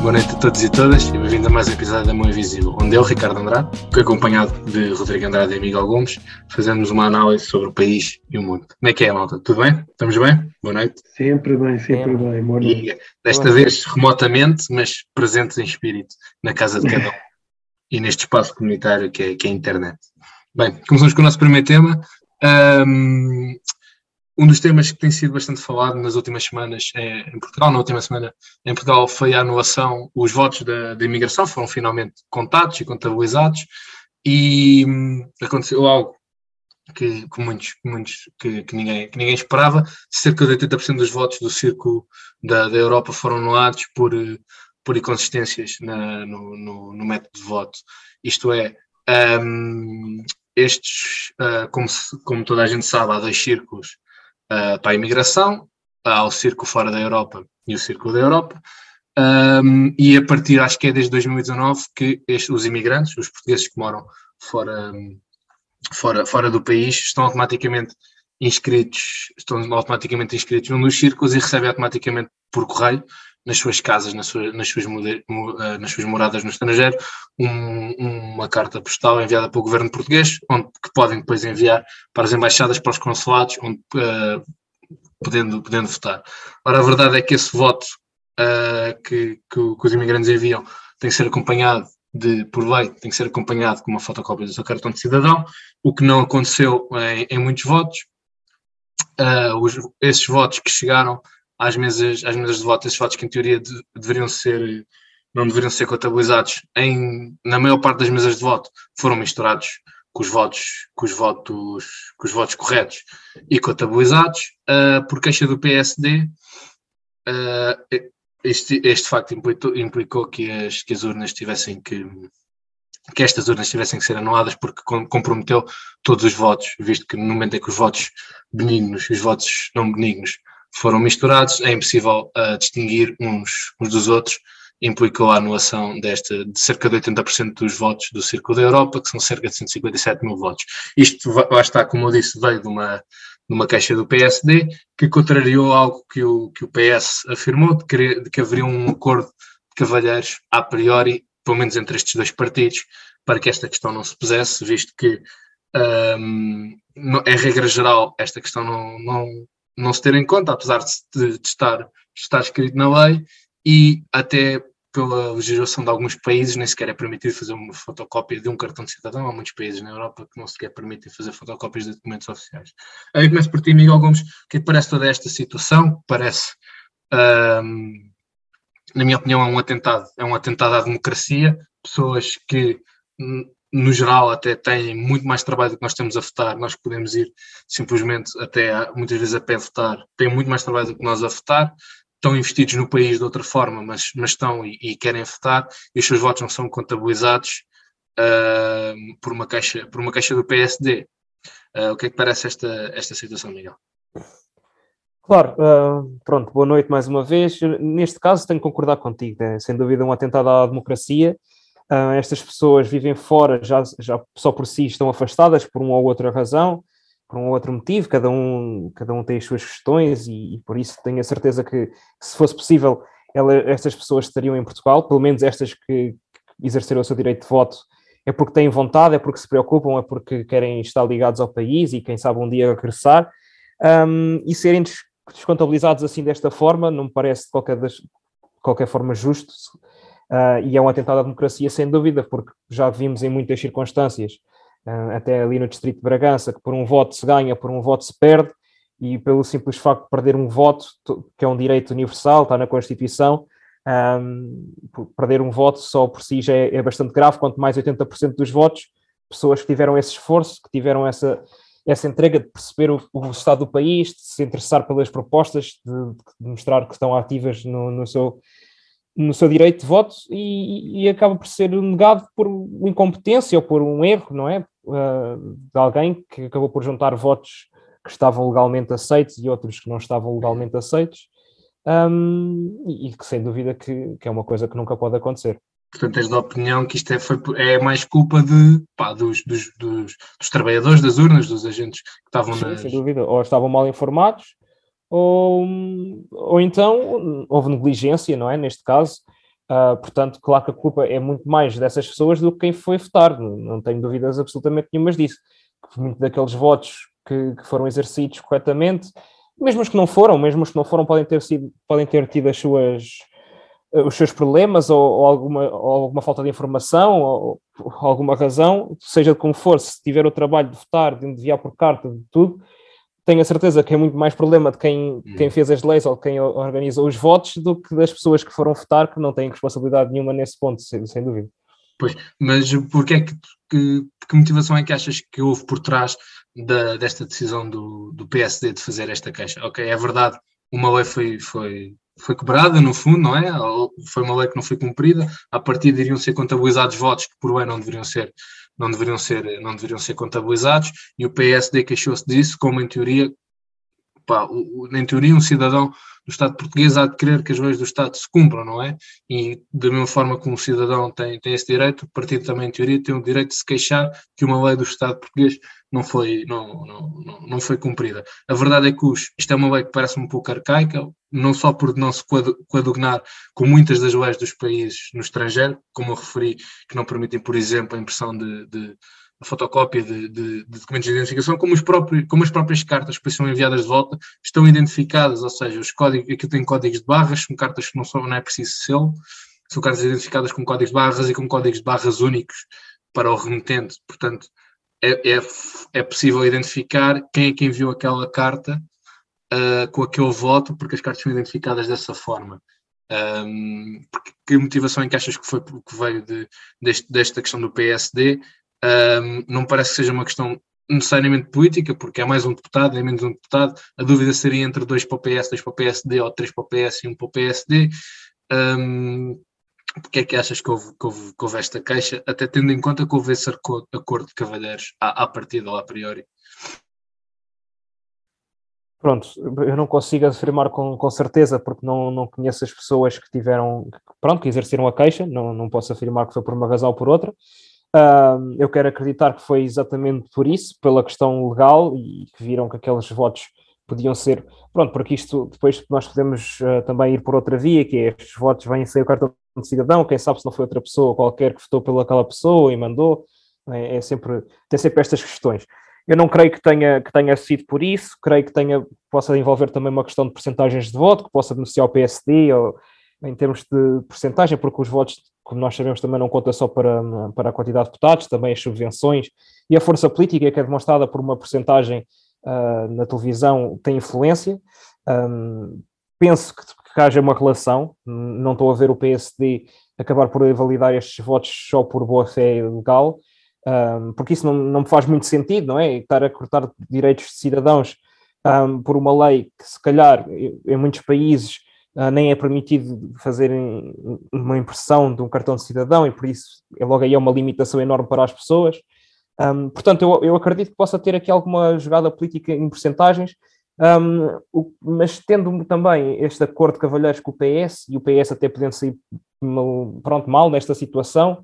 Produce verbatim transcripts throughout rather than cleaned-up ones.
boa noite a todos e todas e bem-vindo a mais um episódio da Mão Invisível, onde eu, Ricardo Andrade, que acompanhado de Rodrigo Andrade e Miguel Gomes, fazemos uma análise sobre o país e o mundo. Como é que é, malta? Tudo bem? Estamos bem? Boa noite. Sempre bem, sempre Sempre. bem. Boa noite. E desta vez remotamente, mas presentes em espírito, na casa de cada um e neste espaço comunitário que é, que é a internet. Bem, começamos com o nosso primeiro tema. Um, Um dos temas que tem sido bastante falado nas últimas semanas é, em Portugal, na última semana em Portugal foi a anulação, os votos da, da imigração foram finalmente contados e contabilizados e hum, aconteceu algo que, que, muitos, muitos, que, que, ninguém, que ninguém esperava, cerca de oitenta por cento dos votos do círculo da, da Europa foram anulados por, por inconsistências na, no, no, no método de voto, isto é, um, estes, uh, como, se, como toda a gente sabe, há dois círculos Uh, para a imigração, há o círculo fora da Europa e o círculo da Europa, um, e a partir, acho que é desde dois mil e dezanove, que estes, os imigrantes, os portugueses que moram fora, fora, fora do país, estão automaticamente inscritos, estão automaticamente inscritos num dos círculos e recebem automaticamente por correio, nas suas casas, nas suas, nas suas, nas suas moradas no estrangeiro, um, uma carta postal enviada pelo governo português, onde, que podem depois enviar para as embaixadas, para os consulados, onde, uh, podendo, podendo votar. Ora, a verdade é que esse voto uh, que, que, que os imigrantes enviam tem que ser acompanhado, de, por lei, tem que ser acompanhado com uma fotocópia do seu cartão de cidadão, o que não aconteceu em, em muitos votos. Uh, os, esses votos que chegaram às mesas, às mesas de voto, esses votos que em teoria de, deveriam ser, não deveriam ser contabilizados, em, na maior parte das mesas de voto foram misturados com os votos, com os votos, com os votos corretos e contabilizados. Uh, por queixa do P S D, uh, este, este facto implicou, implicou que, as, que as urnas tivessem que, que estas urnas tivessem que ser anuladas porque comprometeu todos os votos, visto que no momento em que os votos benignos e os votos não benignos foram misturados, é impossível uh, distinguir uns, uns dos outros, implicou a anulação desta, de cerca de oitenta por cento dos votos do Círculo da Europa, que são cerca de cento e cinquenta e sete mil votos. Isto, lá está, como eu disse, veio de uma, de uma queixa do P S D, que contrariou algo que o, que o P S afirmou, de que, de que haveria um acordo de cavalheiros, a priori, pelo menos entre estes dois partidos, para que esta questão não se pusesse, visto que, um, é regra geral, esta questão não... não não se ter em conta, apesar de, de, estar, de estar escrito na lei, e até pela legislação de alguns países nem sequer é permitido fazer uma fotocópia de um cartão de cidadão. Há muitos países na Europa que não sequer permitem fazer fotocópias de documentos oficiais. Aí começo por ti, Miguel Gomes, o que é que parece toda esta situação? Parece, hum, na minha opinião, é um atentado, é um atentado à democracia, pessoas que... no geral até têm muito mais trabalho do que nós temos a votar, nós podemos ir simplesmente até muitas vezes a pé votar, têm muito mais trabalho do que nós a votar, estão investidos no país de outra forma, mas, mas estão e, e querem votar, e os seus votos não são contabilizados uh, por, uma caixa, por uma caixa do P S D. Uh, o que é que parece esta, esta situação, Miguel? Claro, uh, pronto, boa noite mais uma vez. Neste caso tenho que concordar contigo, né? Sem dúvida um atentado à democracia. Uh, estas pessoas vivem fora, já, já só por si estão afastadas por uma ou outra razão, por um ou outro motivo, cada um, cada um tem as suas questões e, e por isso tenho a certeza que, que se fosse possível, ela, estas pessoas estariam em Portugal, pelo menos estas que, que exerceram o seu direito de voto, é porque têm vontade, é porque se preocupam, é porque querem estar ligados ao país e quem sabe um dia regressar, um, e serem des- descontabilizados assim desta forma, não me parece de qualquer, das, de qualquer forma justo. Uh, e é um atentado à democracia, sem dúvida, porque já vimos em muitas circunstâncias, uh, até ali no Distrito de Bragança, que por um voto se ganha, por um voto se perde, e pelo simples facto de perder um voto, que é um direito universal, está na Constituição, um, perder um voto só por si já é, é bastante grave, quanto mais oitenta por cento dos votos, pessoas que tiveram esse esforço, que tiveram essa, essa entrega de perceber o, o estado do país, de se interessar pelas propostas, de, de mostrar que estão ativas no, no seu... no seu direito de voto e, e acaba por ser negado por incompetência ou por um erro, não é? Uh, de alguém que acabou por juntar votos que estavam legalmente aceitos e outros que não estavam legalmente aceitos, um, e, e que sem dúvida que, que é uma coisa que nunca pode acontecer. Portanto, tens da opinião que isto é, foi, é mais culpa de, pá, dos, dos, dos, dos trabalhadores das urnas, dos agentes que estavam Sim, nas... sem dúvida, ou estavam mal informados, ou, ou então houve negligência, não é? Neste caso, Uh, portanto, claro que a culpa é muito mais dessas pessoas do que quem foi votar, não, não tenho dúvidas absolutamente nenhumas disso. Muitos daqueles votos que, que foram exercidos corretamente, mesmo os que não foram, mesmo os que não foram podem ter, sido, podem ter tido as suas, os seus problemas ou, ou, alguma, ou alguma falta de informação ou, ou alguma razão, seja como for, se tiver o trabalho de votar, de enviar por carta, de tudo, tenho a certeza que é muito mais problema de quem, quem fez as leis ou de quem organizou os votos do que das pessoas que foram votar, que não têm responsabilidade nenhuma nesse ponto, sem, sem dúvida. Pois, mas porquê é que, que, que motivação é que achas que houve por trás da, desta decisão do, do P S D de fazer esta queixa? Ok, é verdade, uma lei foi, foi, foi quebrada, no fundo, não é? Foi uma lei que não foi cumprida, a partir iriam ser contabilizados votos que por lei não deveriam ser, não deveriam ser, não deveriam ser contabilizados, e o P S D queixou-se disso, como em teoria, pá, o, o, em teoria um cidadão do Estado português há de querer que as leis do Estado se cumpram, não é? E da mesma forma como o cidadão tem, tem esse direito, o partido também, em teoria, tem o direito de se queixar que uma lei do Estado português não foi, não, não, não, não foi cumprida. A verdade é que os, isto é uma lei que parece um pouco arcaica, não só por não se coadunar com muitas das leis dos países no estrangeiro, como eu referi, que não permitem, por exemplo, a impressão de, de a fotocópia de, de, de documentos de identificação, como, os próprios, como as próprias cartas que são enviadas de volta estão identificadas, ou seja, os códigos, aqui tem códigos de barras, são cartas que não, são, não é preciso selo, são cartas identificadas com códigos de barras e com códigos de barras únicos para o remetente, portanto é, é, é possível identificar quem é que enviou aquela carta uh, com aquele voto, porque as cartas são identificadas dessa forma. Um, porque, que motivação é que achas que foi que veio de, deste, desta questão do P S D? Um, não parece que seja uma questão necessariamente política, porque é mais um deputado, é menos um deputado. A dúvida seria entre dois para o P S, dois para o P S D, ou três para o P S e um para o P S D. Um, porque é que achas que houve, que, houve, que houve esta queixa, até tendo em conta que houve esse acordo, acordo de cavalheiros à, à partida ou a priori? Pronto, eu não consigo afirmar com, com certeza, porque não, não conheço as pessoas que tiveram, pronto, que exerceram a queixa, não, não posso afirmar que foi por uma razão ou por outra. Uh, eu quero acreditar que foi exatamente por isso, pela questão legal, e que viram que aqueles votos podiam ser, pronto, porque isto depois nós podemos uh, também ir por outra via, que é estes votos vêm sem o cartão de cidadão, quem sabe se não foi outra pessoa qualquer que votou pelaquela pessoa e mandou, é, é sempre, tem sempre estas questões. Eu não creio que tenha, que tenha sido por isso, creio que tenha, possa envolver também uma questão de percentagens de voto, que possa beneficiar o P S D, ou em termos de percentagem, porque os votos, como nós sabemos, também não conta só para, para a quantidade de deputados, também as subvenções e a força política, que é demonstrada por uma percentagem uh, na televisão, tem influência. Um, penso que, que haja uma relação, não estou a ver o P S D acabar por validar estes votos só por boa-fé legal, um, porque isso não, não me faz muito sentido, não é? Estar a cortar direitos de cidadãos um, por uma lei que, se calhar, em muitos países Uh, nem é permitido fazer uma impressão de um cartão de cidadão e por isso é logo aí é uma limitação enorme para as pessoas. Um, portanto, eu, eu acredito que possa ter aqui alguma jogada política em percentagens, um, o, mas tendo também este acordo de cavalheiros com o P S, e o P S até podendo sair pronto, mal nesta situação,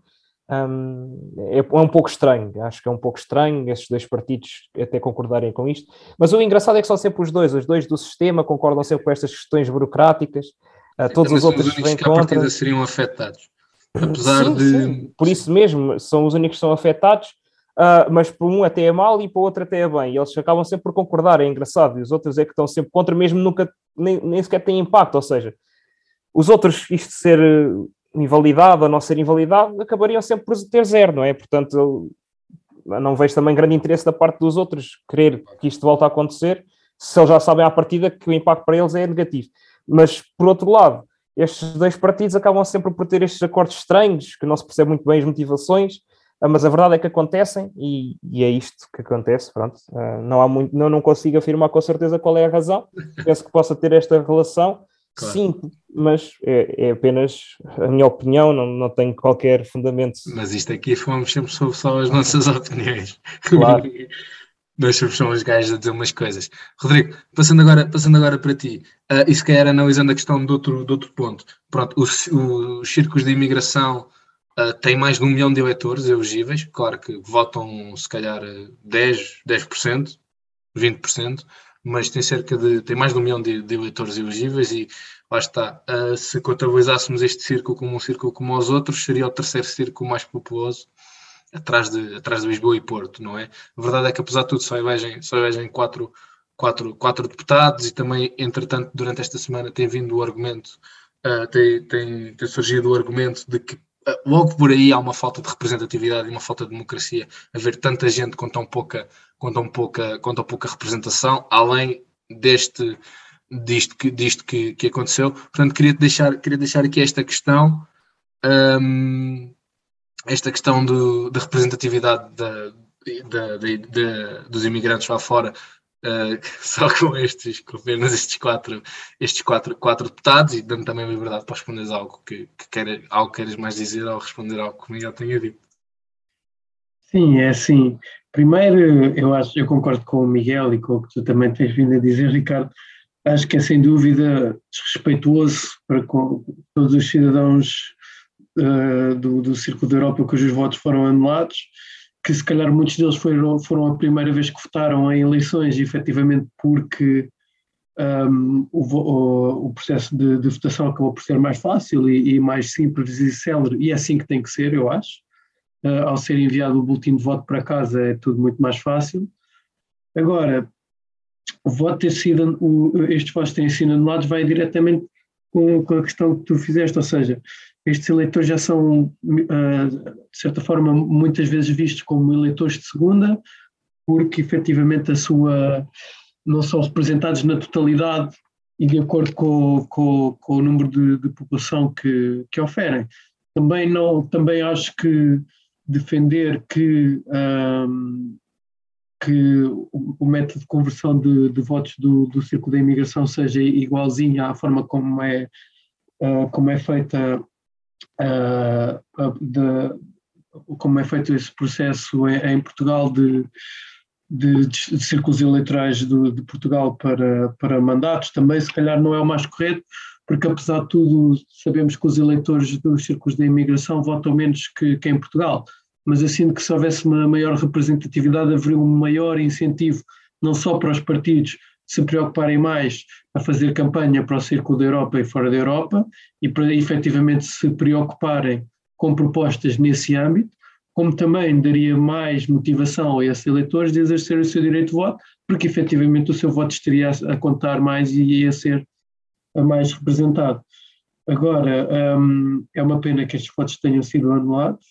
Um, é, é um pouco estranho, acho que é um pouco estranho esses dois partidos até concordarem com isto, mas o engraçado é que são sempre os dois, os dois do sistema concordam sempre com estas questões burocráticas, uh, todos os outros são os únicos que à partida seriam afetados, apesar sim, de... Sim. Por isso mesmo, são os únicos que são afetados, uh, mas por um até é mal e para o outro até é bem, e eles acabam sempre por concordar, é engraçado, e os outros é que estão sempre contra, mesmo nunca, nem, nem sequer têm impacto, ou seja, os outros, isto de ser invalidado ou não ser invalidado, acabariam sempre por ter zero, não é? Portanto, não vejo também grande interesse da parte dos outros querer que isto volte a acontecer, se eles já sabem à partida que o impacto para eles é negativo. Mas, por outro lado, estes dois partidos acabam sempre por ter estes acordos estranhos, que não se percebe muito bem as motivações, mas a verdade é que acontecem e, e é isto que acontece, pronto. Não há muito, não, não consigo afirmar com certeza qual é a razão, penso que possa ter esta relação. Claro. Sim, mas é, é apenas a minha opinião, não, não tenho qualquer fundamento. Mas isto aqui fomos sempre sobre só as nossas opiniões. Claro. Nós somos os gajos a dizer umas coisas. Rodrigo, passando agora, passando agora para ti, uh, e se calhar analisando a questão de outro, de outro ponto. Pronto, os, os círculos de imigração uh, têm mais de um milhão de eleitores elegíveis, claro que votam se calhar dez por cento, vinte por cento, mas tem cerca de, tem mais de um milhão de, de eleitores elegíveis e lá está, uh, se contabilizássemos este círculo como um círculo como os outros, seria o terceiro círculo mais populoso, atrás de, atrás de Lisboa e Porto, não é? A verdade é que, apesar de tudo, só elegem, só elegem quatro, quatro, quatro deputados e também, entretanto, durante esta semana tem vindo o argumento, uh, tem, tem, tem surgido o argumento de que uh, logo por aí há uma falta de representatividade e uma falta de democracia, haver tanta gente com tão pouca, com tão pouca, com tão pouca representação, além deste, disto, que, disto que, que aconteceu. Portanto, queria deixar, queria deixar aqui esta questão... Um, esta questão da representatividade da, da, da, da, dos imigrantes lá fora, uh, só com estes, com apenas estes quatro, estes quatro, quatro deputados, e dando também a liberdade para responderes algo que, que queira, algo que queiras mais dizer ao responder algo que o Miguel tenha dito. Sim, é assim. Primeiro, eu acho, eu concordo com o Miguel e com o que tu também tens vindo a dizer, Ricardo. Acho que é sem dúvida desrespeituoso para com todos os cidadãos Uh, do, do Círculo da Europa cujos votos foram anulados, que se calhar muitos deles foram, foram a primeira vez que votaram em eleições, efetivamente porque um, o, o, o processo de, de votação acabou por ser mais fácil e, e mais simples e célere, e é assim que tem que ser, eu acho. Uh, ao ser enviado o boletim de voto para casa é tudo muito mais fácil. Agora, o voto ter sido, o, estes votos terem sido anulados vai diretamente com, com a questão que tu fizeste, ou seja, estes eleitores já são, de certa forma, muitas vezes vistos como eleitores de segunda, porque efetivamente a sua, não são representados na totalidade e de acordo com, com, com o número de, de população que, que oferem. Também, não, também acho que defender que, um, que o, o método de conversão de, de votos do, do Círculo da Imigração seja igualzinho à forma como é, uh, como é feita Uh, de, como é feito esse processo em, em Portugal de, de, de círculos eleitorais do, de Portugal para, para mandatos, também se calhar não é o mais correto, porque apesar de tudo sabemos que os eleitores dos círculos da imigração votam menos que, que em Portugal, mas assim que se houvesse uma maior representatividade haveria um maior incentivo não só para os partidos se preocuparem mais a fazer campanha para o Círculo da Europa e fora da Europa e para efetivamente se preocuparem com propostas nesse âmbito, como também daria mais motivação a esses eleitores de exercer o seu direito de voto, porque efetivamente o seu voto estaria a contar mais e ia ser mais representado. Agora, um, é uma pena que estes votos tenham sido anulados,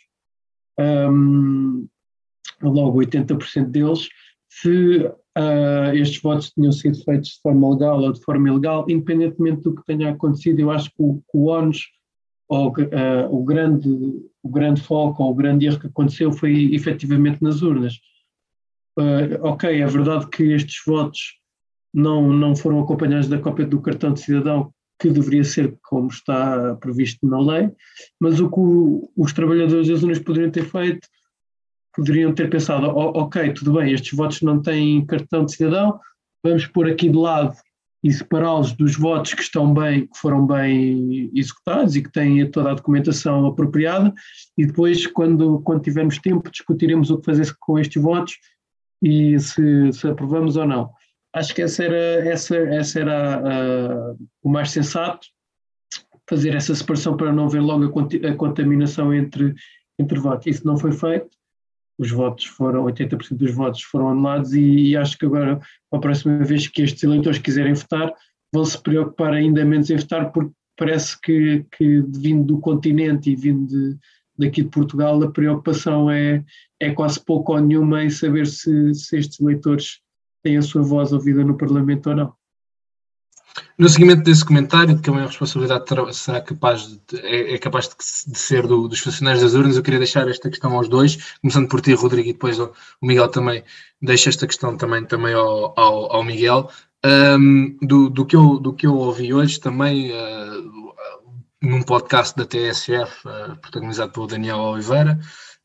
um, logo oitenta por cento deles. Se uh, estes votos tinham sido feitos de forma legal ou de forma ilegal, independentemente do que tenha acontecido, eu acho que o, o ónus, ou uh, o, grande, o grande foco ou o grande erro que aconteceu foi efetivamente nas urnas. Uh, ok, é verdade que estes votos não, não foram acompanhados da cópia do cartão de cidadão, que deveria ser como está previsto na lei, mas o que o, os trabalhadores das urnas poderiam ter feito, poderiam ter pensado, oh, ok, tudo bem, estes votos não têm cartão de cidadão, vamos pôr aqui de lado e separá-los dos votos que estão bem, que foram bem executados e que têm toda a documentação apropriada, e depois, quando, quando tivermos tempo, discutiremos o que fazer com estes votos e se, se aprovamos ou não. Acho que essa era, essa, essa era uh, o mais sensato, fazer essa separação para não haver logo a, a contaminação entre, entre votos. Isso não foi feito. Os votos foram, oitenta por cento dos votos foram anulados e, e acho que agora, a próxima vez que estes eleitores quiserem votar, vão se preocupar ainda menos em votar, porque parece que, que vindo do continente e vindo de, daqui de Portugal, a preocupação é, é quase pouco ou nenhuma em saber se, se estes eleitores têm a sua voz ouvida no Parlamento ou não. No seguimento desse comentário, de que a maior responsabilidade será capaz de, é, é capaz de, de ser do, dos funcionários das urnas, eu queria deixar esta questão aos dois, começando por ti, Rodrigo, e depois o, o Miguel também, deixa esta questão também, também ao, ao, ao Miguel. Um, do, do, que eu, do que eu ouvi hoje também, uh, num podcast da T S F, uh, protagonizado pelo Daniel Oliveira,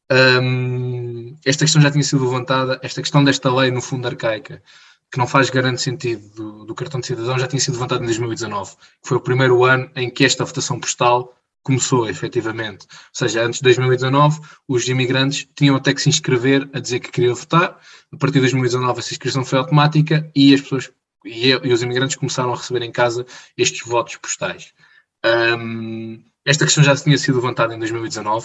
um, esta questão já tinha sido levantada, esta questão desta lei, no fundo, arcaica, que não faz grande sentido do, do cartão de cidadão, já tinha sido levantado em dois mil e dezanove, que foi o primeiro ano em que esta votação postal começou, efetivamente. Ou seja, antes de dois mil e dezanove, os imigrantes tinham até que se inscrever a dizer que queriam votar. A partir de dois mil e dezanove, essa inscrição foi automática e as pessoas e, e os imigrantes começaram a receber em casa estes votos postais. Um, esta questão já tinha sido levantada em dois mil e dezanove,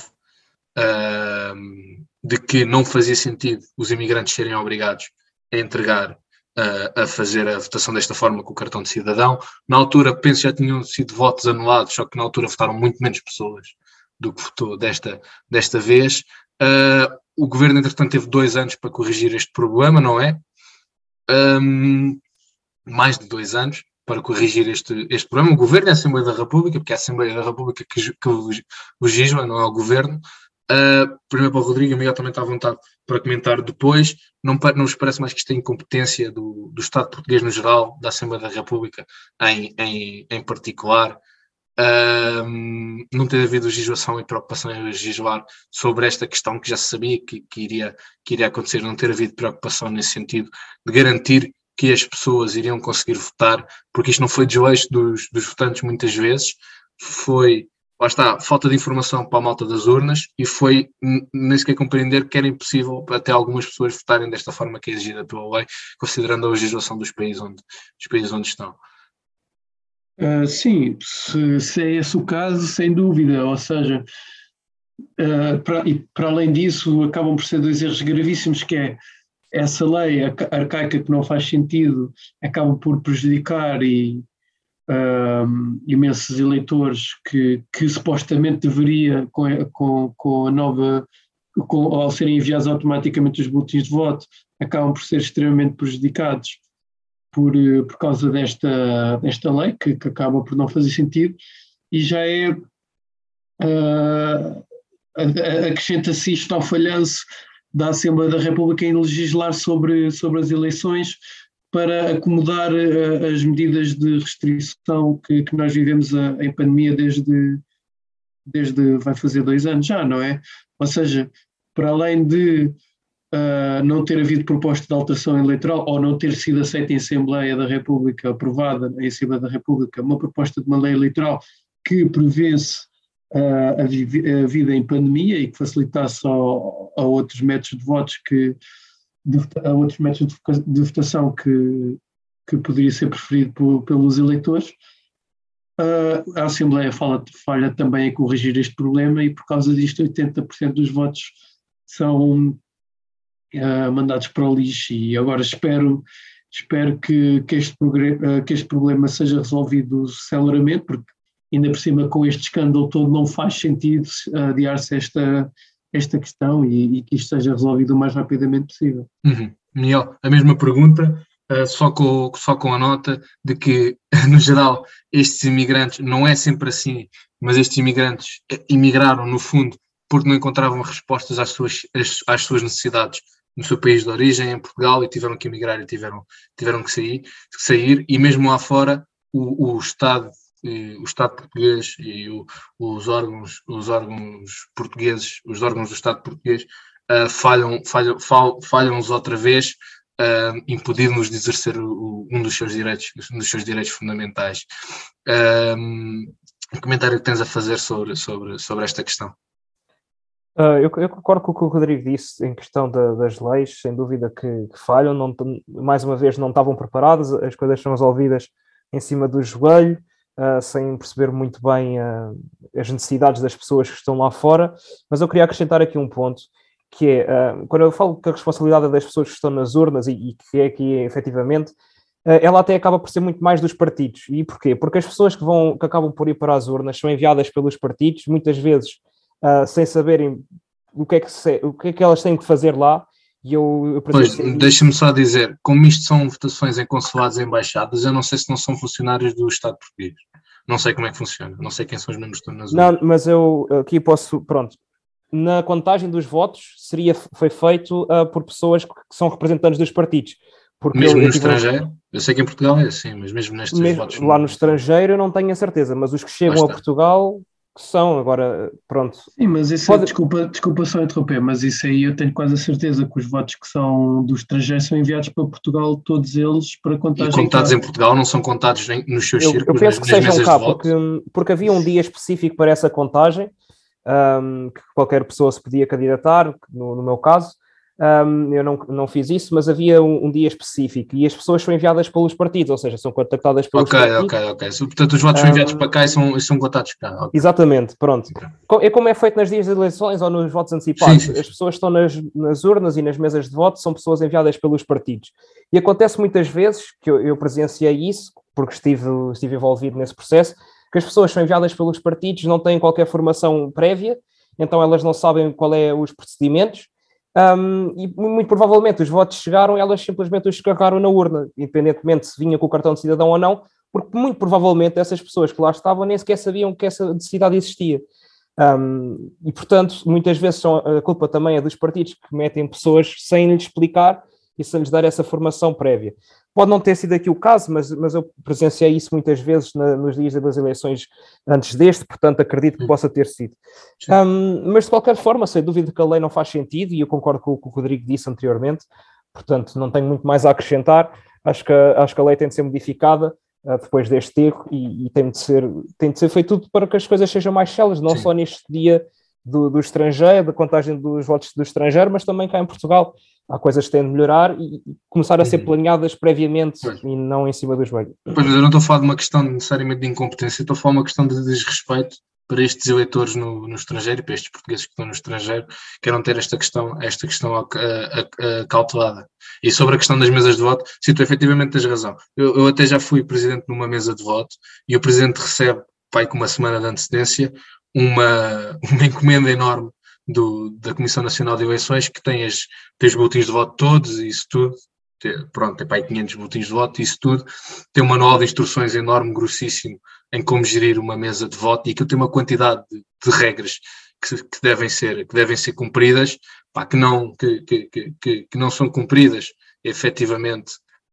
um, de que não fazia sentido os imigrantes serem obrigados a entregar, uh, a fazer a votação desta forma com o cartão de cidadão. Na altura, penso que já tinham sido votos anulados, só que na altura votaram muito menos pessoas do que votou desta, desta vez. Uh, o governo, entretanto, teve dois anos para corrigir este problema, não é? Um, mais de dois anos para corrigir este, este problema. O governo é a Assembleia da República, porque é a Assembleia da República que, que legisla, não é o governo. Uh, primeiro para o Rodrigo, a Miguel também está à vontade para comentar depois. Não, não vos parece mais que isto é incompetência do, do Estado português no geral, da Assembleia da República em, em, em particular? Uh, não ter havido legislação e preocupação em legislar sobre esta questão que já se sabia que, que, iria, que iria acontecer, não ter havido preocupação nesse sentido de garantir que as pessoas iriam conseguir votar, porque isto não foi desleixo dos, dos votantes muitas vezes, foi, lá está, falta de informação para a malta das urnas e foi nem sequer compreender que era impossível até algumas pessoas votarem desta forma que é exigida pela lei, considerando a legislação dos países onde, dos países onde estão. Uh, sim, se, se é esse o caso, sem dúvida, ou seja, uh, para, e para além disso acabam por ser dois erros gravíssimos, que é essa lei arcaica que não faz sentido, acaba por prejudicar e, um, imensos eleitores que, que supostamente deveria, com, com, com a nova, com, ao serem enviados automaticamente os boletins de voto, acabam por ser extremamente prejudicados por, por causa desta, desta lei, que, que acaba por não fazer sentido, e já é, uh, acrescenta-se isto ao falhanço da Assembleia da República em legislar sobre, sobre as eleições para acomodar uh, as medidas de restrição que, que nós vivemos uh, em pandemia desde, desde, vai fazer dois anos já, não é? Ou seja, para além de uh, não ter havido proposta de alteração eleitoral ou não ter sido aceita em Assembleia da República, aprovada em Assembleia da República, uma proposta de uma lei eleitoral que prevê-se Uh, a, vi- a vida em pandemia e que facilitasse ao, a outros métodos de votos que de, a outros métodos de, de votação que, que poderia ser preferido por, pelos eleitores. Uh, a Assembleia fala, falha também em corrigir este problema e por causa disto oitenta por cento dos votos são uh, mandados para o lixo e agora espero, espero que, que, este programa, uh, que este problema seja resolvido celeramente, porque ainda por cima com este escândalo todo não faz sentido adiar-se esta, esta questão e, e que isto seja resolvido o mais rapidamente possível. Uhum. Miguel, a mesma pergunta, uh, só, com, só com a nota de que, no geral, estes imigrantes, não é sempre assim, mas estes imigrantes imigraram, no fundo, porque não encontravam respostas às suas, às, às suas necessidades no seu país de origem, em Portugal, e tiveram que emigrar e tiveram, tiveram que sair, sair, e mesmo lá fora, o, o Estado E o Estado português e o, os, órgãos, os órgãos portugueses, os órgãos do Estado português uh, falham, falham, falham, falham-nos outra vez, uh, impedindo-nos de exercer o, um dos seus direitos, um dos seus direitos fundamentais. Um, um comentário que tens a fazer sobre, sobre, sobre esta questão? Uh, eu, eu concordo com o que o Rodrigo disse em questão da, das leis, sem dúvida que, que falham, não, mais uma vez não estavam preparadas, as coisas são resolvidas em cima do joelho, Uh, sem perceber muito bem uh, as necessidades das pessoas que estão lá fora, mas eu queria acrescentar aqui um ponto, que é, uh, quando eu falo que a responsabilidade é das pessoas que estão nas urnas e, e que é aqui, efetivamente, uh, ela até acaba por ser muito mais dos partidos. E porquê? Porque as pessoas que, vão, que acabam por ir para as urnas são enviadas pelos partidos, muitas vezes uh, sem saberem o que, é que se, o que é que elas têm que fazer lá. E eu, eu pois, deixa-me só dizer, como isto são votações em consulados e embaixadas, eu não sei se não são funcionários do Estado português. Não sei como é que funciona, não sei quem são os membros do N A S U. Não, mas eu aqui posso, pronto, na contagem dos votos seria, foi feito uh, por pessoas que são representantes dos partidos. Porque mesmo eu, no eu estrangeiro? Um... Eu sei que em Portugal é assim, mas mesmo nestes mesmo, votos... Lá no estrangeiro eu não tenho a certeza, mas os que chegam a Portugal... que são, agora, pronto. Sim, mas isso, Pode... desculpa, desculpa só interromper, mas isso aí eu tenho quase a certeza que os votos que são do estrangeiro são enviados para Portugal, todos eles, para contagem. E contados cá. Em Portugal, não são contados nos seus eu, círculos, eu penso nas, que nas sejam cá, de porque, porque havia um dia específico para essa contagem, um, que qualquer pessoa se podia candidatar, no, no meu caso, Um, eu não, não fiz isso, mas havia um, um dia específico e as pessoas são enviadas pelos partidos, ou seja, são contactadas pelos Ok, partidos. ok, ok. Portanto, os votos são enviados um, para cá e são, e são contados cá. Okay. Exatamente, pronto. Okay. É como é feito nas dias de eleições ou nos votos antecipados. Sim, sim, sim. As pessoas que estão nas, nas urnas e nas mesas de voto são pessoas enviadas pelos partidos. E acontece muitas vezes, que eu, eu presenciei isso, porque estive, estive envolvido nesse processo, que as pessoas são enviadas pelos partidos, não têm qualquer formação prévia, então elas não sabem qual é os procedimentos. Um, e muito provavelmente os votos chegaram e elas simplesmente os descarregaram na urna, independentemente se vinha com o cartão de cidadão ou não, porque muito provavelmente essas pessoas que lá estavam nem sequer sabiam que essa necessidade existia. Um, e, portanto, muitas vezes são, a culpa também é dos partidos que metem pessoas sem lhes explicar e sem lhes dar essa formação prévia. Pode não ter sido aqui o caso, mas, mas eu presenciei isso muitas vezes na, nos dias das eleições antes deste, portanto acredito que possa ter sido. Um, mas de qualquer forma, sem dúvida que a lei não faz sentido, e eu concordo com o que o Rodrigo disse anteriormente, portanto não tenho muito mais a acrescentar. Acho que, acho que a lei tem de ser modificada uh, depois deste erro e, e tem, de ser, tem de ser feito tudo para que as coisas sejam mais céleres, não Sim. só neste dia do, do estrangeiro, da contagem dos votos do estrangeiro, mas também cá em Portugal. Há coisas que têm de melhorar e começar a ser planeadas previamente pois. E não em cima do joelho. Pois, mas eu não estou a falar de uma questão necessariamente de incompetência, estou a falar de uma questão de desrespeito para estes eleitores no, no estrangeiro e para estes portugueses que estão no estrangeiro, queiram ter esta questão, esta questão acautelada. E sobre a questão das mesas de voto, sim, tu efetivamente tens razão. Eu, eu até já fui presidente numa mesa de voto e o presidente recebe, pai, com uma semana de antecedência, uma, uma encomenda enorme Do, da Comissão Nacional de Eleições, que tem, as, tem os boletins de voto todos e isso tudo, tem, pronto, tem para aí quinhentos boletins de voto e isso tudo, tem um manual de instruções enorme, grossíssimo, em como gerir uma mesa de voto, e aquilo tem uma quantidade de, de regras que, que, devem ser, que devem ser cumpridas, pá, que, não, que, que, que, que não são cumpridas efetivamente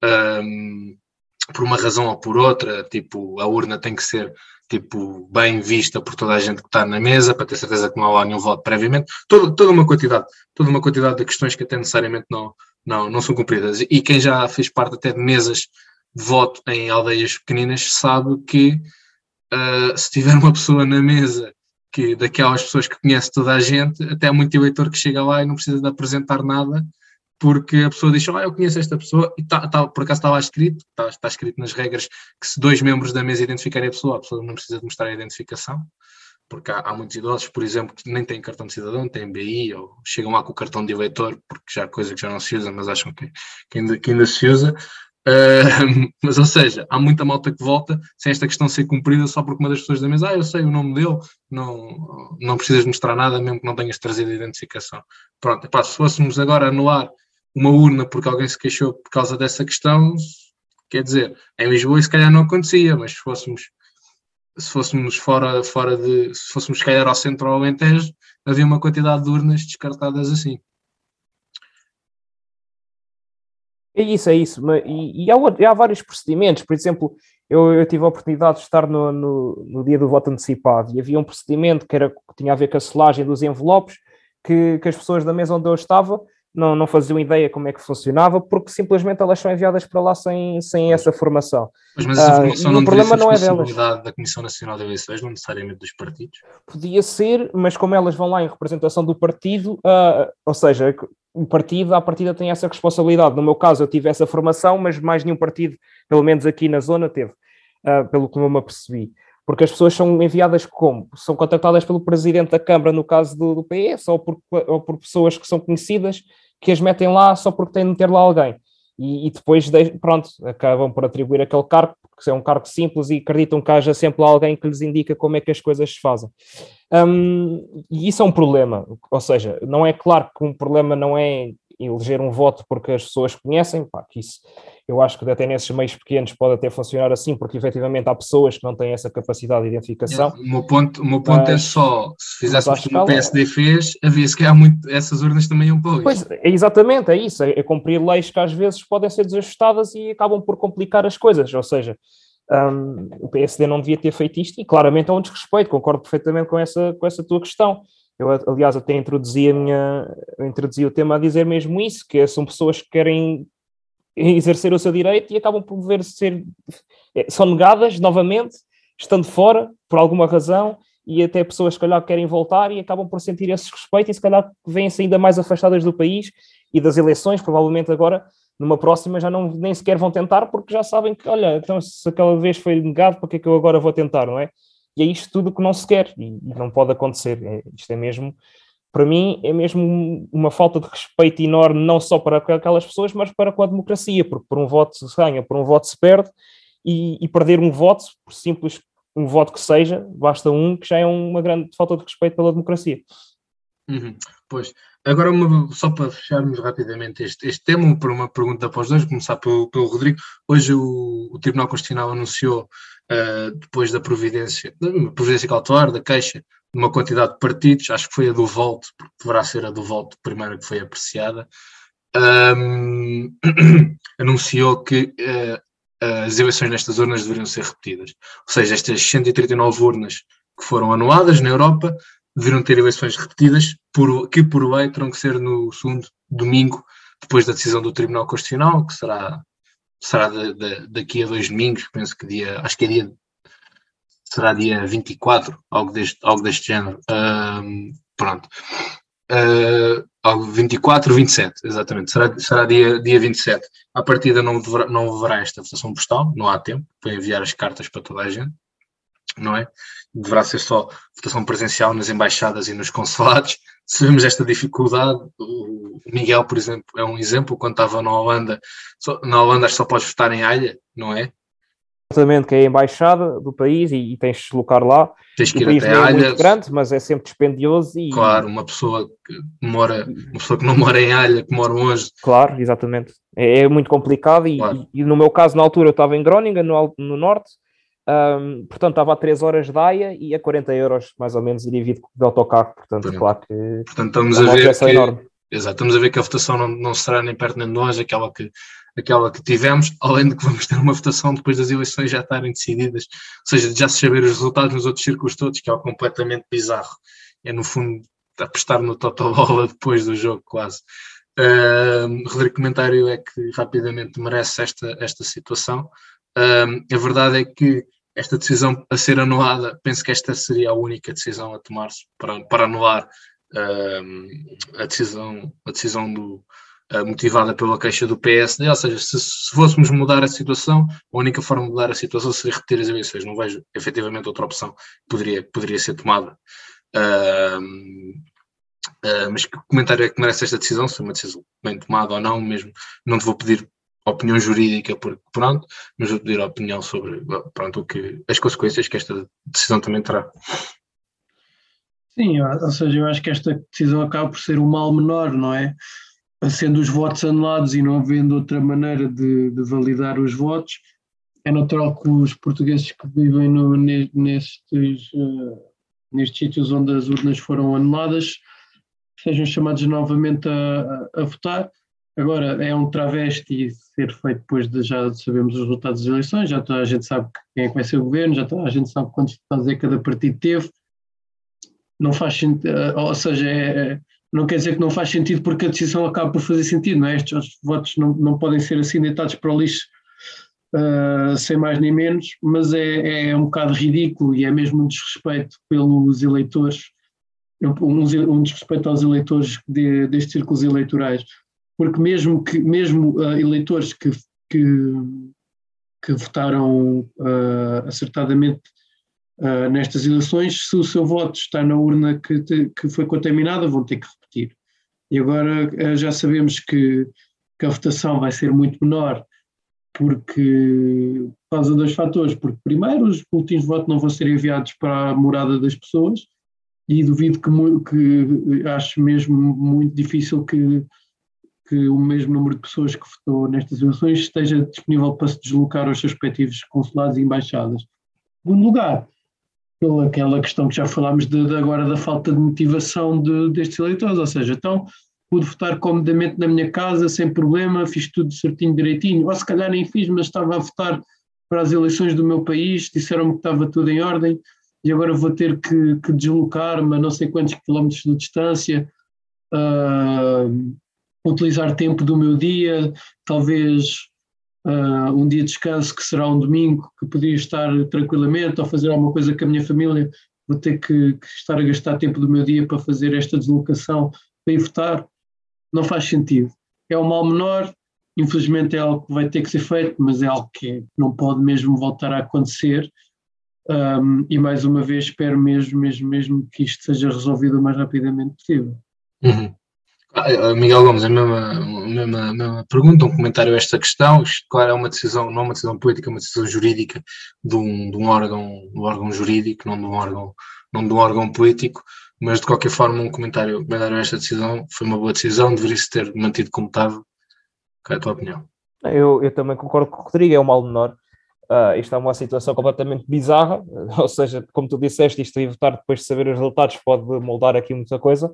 um, por uma razão ou por outra, tipo, a urna tem que ser tipo, bem vista por toda a gente que está na mesa, para ter certeza que não há nenhum voto previamente, toda, toda uma quantidade, toda uma quantidade de questões que até necessariamente não, não, não são cumpridas. E quem já fez parte até de mesas de voto em aldeias pequeninas sabe que uh, se tiver uma pessoa na mesa, que daquelas pessoas que conhece toda a gente, até há muito eleitor que chega lá e não precisa de apresentar nada, porque a pessoa diz, ah, eu conheço esta pessoa, e tá, tá, por acaso está lá escrito, está, está escrito nas regras que se dois membros da mesa identificarem a pessoa, a pessoa não precisa de mostrar a identificação, porque há, há muitos idosos, por exemplo, que nem têm cartão de cidadão, têm B I, ou chegam lá com o cartão de eleitor, porque já é coisa que já não se usa, mas acham que, que, ainda, que ainda se usa. Uh, mas, ou seja, há muita malta que volta sem esta questão ser cumprida só porque uma das pessoas da mesa, ah, eu sei o nome dele, não, não precisas mostrar nada, mesmo que não tenhas trazido a identificação. Pronto, epá, se fôssemos agora anular uma urna porque alguém se queixou por causa dessa questão, quer dizer, em Lisboa isso se calhar não acontecia, mas se fôssemos, se fôssemos fora, fora de, se fôssemos se calhar ao centro ou ao Alentejo, havia uma quantidade de urnas descartadas assim. É isso, é isso, e, e há, e há vários procedimentos, por exemplo, eu, eu tive a oportunidade de estar no, no, no dia do voto antecipado e havia um procedimento que, era, que tinha a ver com a selagem dos envelopes, que, que as pessoas da mesa onde eu estava Não, não faziam ideia como é que funcionava, porque simplesmente elas são enviadas para lá sem, sem essa formação. Mas, mas essa formação uh, não o problema não é delas. Responsabilidade da Comissão Nacional de Eleições, não necessariamente dos partidos? Podia ser, mas como elas vão lá em representação do partido, uh, ou seja, o partido à partida tem essa responsabilidade. No meu caso eu tive essa formação, mas mais nenhum partido, pelo menos aqui na zona, teve, uh, pelo que eu me apercebi. Porque as pessoas são enviadas como? São contactadas pelo Presidente da Câmara, no caso do, do P S, ou por, ou por pessoas que são conhecidas, que as metem lá só porque têm de ter lá alguém. E, e depois, de, pronto, acabam por atribuir aquele cargo, porque é um cargo simples e acreditam que haja sempre lá alguém que lhes indica como é que as coisas se fazem. Um, e isso é um problema. Ou seja, não é claro que um problema não é eleger um voto porque as pessoas conhecem, pá, que isso... Eu acho que até nesses meios pequenos pode até funcionar assim, porque efetivamente há pessoas que não têm essa capacidade de identificação. Yeah, o meu ponto, o meu ponto mas, é só, se fizéssemos como o P S D fez, havia-se que há muito, essas urnas também iam para Pois, é exatamente, é isso, é, é cumprir leis que às vezes podem ser desajustadas e acabam por complicar as coisas, ou seja, um, o P S D não devia ter feito isto e claramente é um desrespeito, concordo perfeitamente com essa, com essa tua questão. Eu, aliás, até introduzi, a minha, introduzi o tema a dizer mesmo isso, que são pessoas que querem exercer o seu direito e acabam por ver ser são negadas novamente, estando fora por alguma razão, e até pessoas que calhar querem voltar e acabam por sentir esse respeito e se calhar vêm-se ainda mais afastadas do país e das eleições, provavelmente agora, numa próxima, já não, nem sequer vão tentar, porque já sabem que, olha, então se aquela vez foi negado, para que é que eu agora vou tentar, não é? E é isto tudo que não se quer, e, e não pode acontecer. É, isto é mesmo, para mim, é mesmo uma falta de respeito enorme, não só para aquelas pessoas, mas para com a democracia, porque por um voto se ganha, por um voto se perde, e, e perder um voto, por simples um voto que seja, basta um, que já é uma grande falta de respeito pela democracia. Uhum. Pois, agora uma, só para fecharmos rapidamente este, este tema, por uma pergunta para os dois, começar pelo, pelo Rodrigo. Hoje o, o Tribunal Constitucional anunciou, uh, depois da providência, da providência cautelar, da queixa, de uma quantidade de partidos, acho que foi a do Volt, porque deverá ser a do Volt primeira que foi apreciada, um, anunciou que uh, as eleições nestas urnas deveriam ser repetidas. Ou seja, estas cento e trinta e nove urnas que foram anuladas na Europa deveriam ter eleições repetidas, por, que por lei terão que ser no segundo domingo, depois da decisão do Tribunal Constitucional, que será, será de, de, daqui a dois domingos, penso que dia, acho que é dia, será dia vinte e quatro, algo deste, algo deste género. Um, pronto. Uh, algo vinte e quatro, vinte e sete, exatamente, será, será dia, dia vinte e sete. À partida não, deverá, não haverá esta votação postal, não há tempo para enviar as cartas para toda a gente, não é? Deverá ser só votação presencial nas embaixadas e nos consulados. Sabemos esta dificuldade. O Miguel, por exemplo, é um exemplo. Quando estava na Holanda, só, na Holanda só podes votar em Haia, não é? Exatamente, que é a embaixada do país e, e tens de deslocar lá. Tens que ir o país até não é Haia. muito grande, mas é sempre dispendioso. E... Claro, uma pessoa que mora, uma pessoa que não mora em Haia, que mora longe. Claro, exatamente. É, é muito complicado e, Claro. e, e no meu caso, na altura, eu estava em Groningen, no, no norte. Um, portanto, estava a três horas de Haia e a quarenta euros, mais ou menos, iria vir de autocarro. Portanto, Portanto, claro que portanto estamos é uma a ver objeção que, enorme. exato, estamos a ver que a votação não, não será nem perto nem de longe aquela que, aquela que tivemos, além de que vamos ter uma votação depois das eleições já estarem decididas, ou seja, de já se saber os resultados nos outros círculos todos, que é algo completamente bizarro. É, no fundo, apostar no Totobola depois do jogo, quase. Uh, Rodrigo, comentário é que rapidamente merece esta, esta situação. Uh, a verdade é que esta decisão a ser anulada, penso que esta seria a única decisão a tomar-se para, para anular uh, a decisão, a decisão do, uh, motivada pela queixa do P S D, ou seja, se, se fôssemos mudar a situação, a única forma de mudar a situação seria repetir as eleições. Não vejo efetivamente outra opção que poderia, poderia ser tomada. Uh, uh, mas que comentário é que merece esta decisão, se é uma decisão bem tomada ou não, mesmo não te vou pedir opinião jurídica, porque pronto, mas vou pedir a opinião sobre pronto, o que, as consequências que esta decisão também terá. Sim, ou seja, eu acho que esta decisão acaba por ser o mal menor, não é? Sendo os votos anulados e não havendo outra maneira de, de validar os votos, é natural que os portugueses que vivem no, nestes, uh, nestes sítios onde as urnas foram anuladas sejam chamados novamente a, a, a votar. Agora, é um travesti ser feito depois de já sabemos os resultados das eleições, já toda a gente sabe quem é que vai ser o governo, já toda a gente sabe quantos deputados é que cada partido teve. Não faz sentido, ou seja, é, não quer dizer que não faz sentido porque a decisão acaba por fazer sentido, não é? Estes votos não, não podem ser assim deitados para o lixo uh, sem mais nem menos, mas é, é um bocado ridículo e é mesmo um desrespeito pelos eleitores, um, um desrespeito aos eleitores de, destes círculos eleitorais. Porque mesmo, que, mesmo uh, eleitores que, que, que votaram uh, acertadamente uh, nestas eleições, se o seu voto está na urna que, te, que foi contaminada, vão ter que repetir. E agora uh, já sabemos que, que a votação vai ser muito menor, porque, por causa de dois fatores. Porque, primeiro, os boletins de voto não vão ser enviados para a morada das pessoas, e duvido que, que acho mesmo muito difícil que que o mesmo número de pessoas que votou nestas eleições esteja disponível para se deslocar aos seus respectivos consulados e embaixadas. Em segundo lugar, pela aquela questão que já falámos de, de agora da falta de motivação de, destes eleitores, ou seja, então pude votar comodamente na minha casa, sem problema, fiz tudo certinho, direitinho, ou se calhar nem fiz, mas estava a votar para as eleições do meu país, disseram-me que estava tudo em ordem, e agora vou ter que, que deslocar-me a não sei quantos quilómetros de distância, uh, utilizar tempo do meu dia, talvez uh, um dia de descanso que será um domingo, que podia estar tranquilamente ou fazer alguma coisa com a minha família, vou ter que, que estar a gastar tempo do meu dia para fazer esta deslocação, para ir votar, não faz sentido. é um mal menor, infelizmente é algo que vai ter que ser feito, mas é algo que não pode mesmo voltar a acontecer. Um, e mais uma vez espero mesmo, mesmo, mesmo que isto seja resolvido o mais rapidamente possível. Uhum. Ah, Miguel Gomes, a mesma, a mesma, a mesma pergunta, um comentário a esta questão. Isto, claro, é uma decisão, não é uma decisão política, é uma decisão jurídica de um, de um órgão, de um órgão jurídico, não de um órgão, não de um órgão político, mas de qualquer forma um comentário, um comentário a esta decisão. Foi uma boa decisão, deveria-se ter mantido como estava. Qual é a tua opinião? Eu, eu também concordo com o Rodrigo, é um mal menor. Uh, isto é uma situação completamente bizarra, ou seja, como tu disseste, isto de votar depois de saber os resultados pode moldar aqui muita coisa,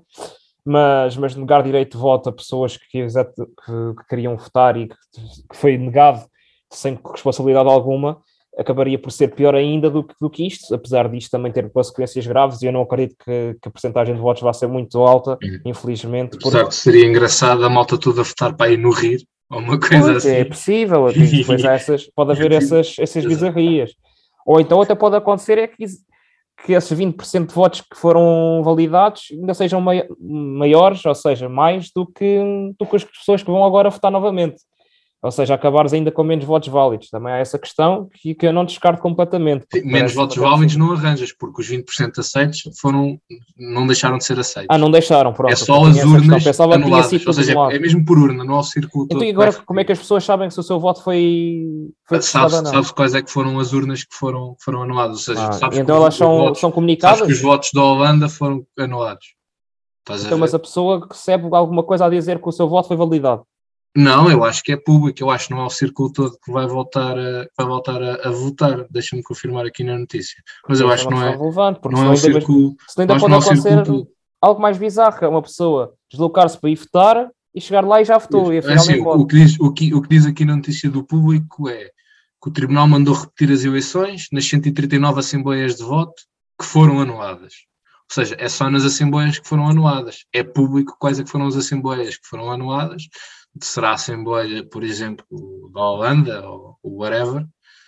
mas, mas negar direito de voto a pessoas que, que, que queriam votar e que, que foi negado sem responsabilidade alguma, acabaria por ser pior ainda do que, do que isto, apesar disto também ter consequências graves, e eu não acredito que, que a percentagem de votos vá ser muito alta, hum. infelizmente. Apesar porque... de seria engraçado a malta toda a votar para ir no Rir, ou uma coisa pois, assim. É possível, depois há essas, pode haver essas, essas bizarrias. Ou então até pode acontecer é que, que esses vinte por cento de votos que foram validados ainda sejam mai, maiores, ou seja, mais do que, do que as pessoas que vão agora votar novamente. Ou seja, acabares ainda com menos votos válidos. Também há essa questão que, que eu não descarto completamente. Sim, menos votos válidos não arranjas, porque os vinte por cento aceitos foram, não deixaram de ser aceitos. Ah, não deixaram, pronto. É só as urnas Pensava anuladas, que tinha sido ou seja, é, é mesmo por urna, não ao círculo todo. Então e agora como é que as pessoas sabem se o seu voto foi, foi sabes, ou não? Sabes quais é que foram as urnas que foram, que foram anuladas? Ou seja, ah, sabes então que elas os, são, votos, são comunicadas? Sabes que os votos da Holanda foram anulados. Estás então, a mas a pessoa recebe alguma coisa a dizer que o seu voto foi validado? Não, eu acho que é público, eu acho que não é o círculo todo que vai voltar a, vai voltar a, a votar, deixa-me confirmar aqui na notícia, mas eu acho que não é, relevante, porque não é o círculo, se ainda pode acontecer algo mais bizarro, é uma pessoa deslocar-se para ir votar e chegar lá e já votou, e afinal é assim, o, que diz, o, que, o que diz aqui na notícia do público é que o Tribunal mandou repetir as eleições nas cento e trinta e nove assembleias de voto que foram anuladas. Ou seja, é só nas assembleias que foram anuladas. É público quais é que foram as assembleias que foram anuladas. Será a Assembleia, por exemplo, da Holanda ou whatever,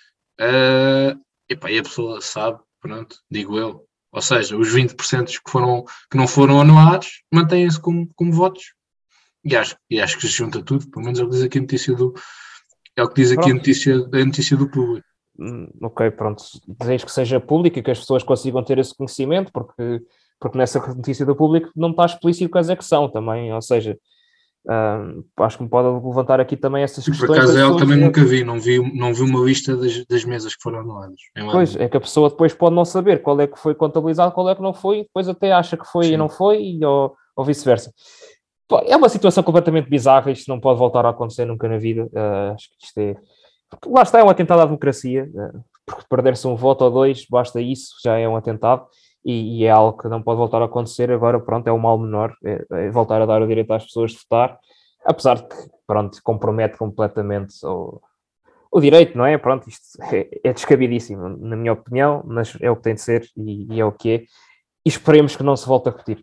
uh, epá, e a pessoa sabe, pronto, digo eu. Ou seja, os vinte por cento que, foram, que não foram anulados mantêm-se como, como votos. E acho, e acho que se junta tudo, pelo menos é o que diz aqui a notícia do, é o que diz aqui a notícia, a notícia do público. Hum, ok, pronto. Desejo que seja público e que as pessoas consigam ter esse conhecimento, porque, porque nessa notícia do público não está explícito quais é que são também, ou seja... Uh, acho que me pode levantar aqui também essas questões. Por acaso eu também nunca vi, não vi, não vi uma lista das, das mesas que foram anuladas. Pois, é que a pessoa depois pode não saber qual é que foi contabilizado, qual é que não foi, e depois até acha que foi Sim. e não foi, ou, ou vice-versa. É uma situação completamente bizarra, isto não pode voltar a acontecer nunca na vida. Uh, acho que isto é... Lá está, é um atentado à democracia, uh, porque perder-se um voto ou dois, basta isso, já é um atentado. E, e é algo que não pode voltar a acontecer. Agora, pronto, é um mal menor, é, é voltar a dar o direito às pessoas de votar, apesar de que, pronto, compromete completamente o, o direito, não é? Pronto, isto é, é descabidíssimo, na minha opinião, mas é o que tem de ser e, e é o que é. E esperemos que não se volte a repetir.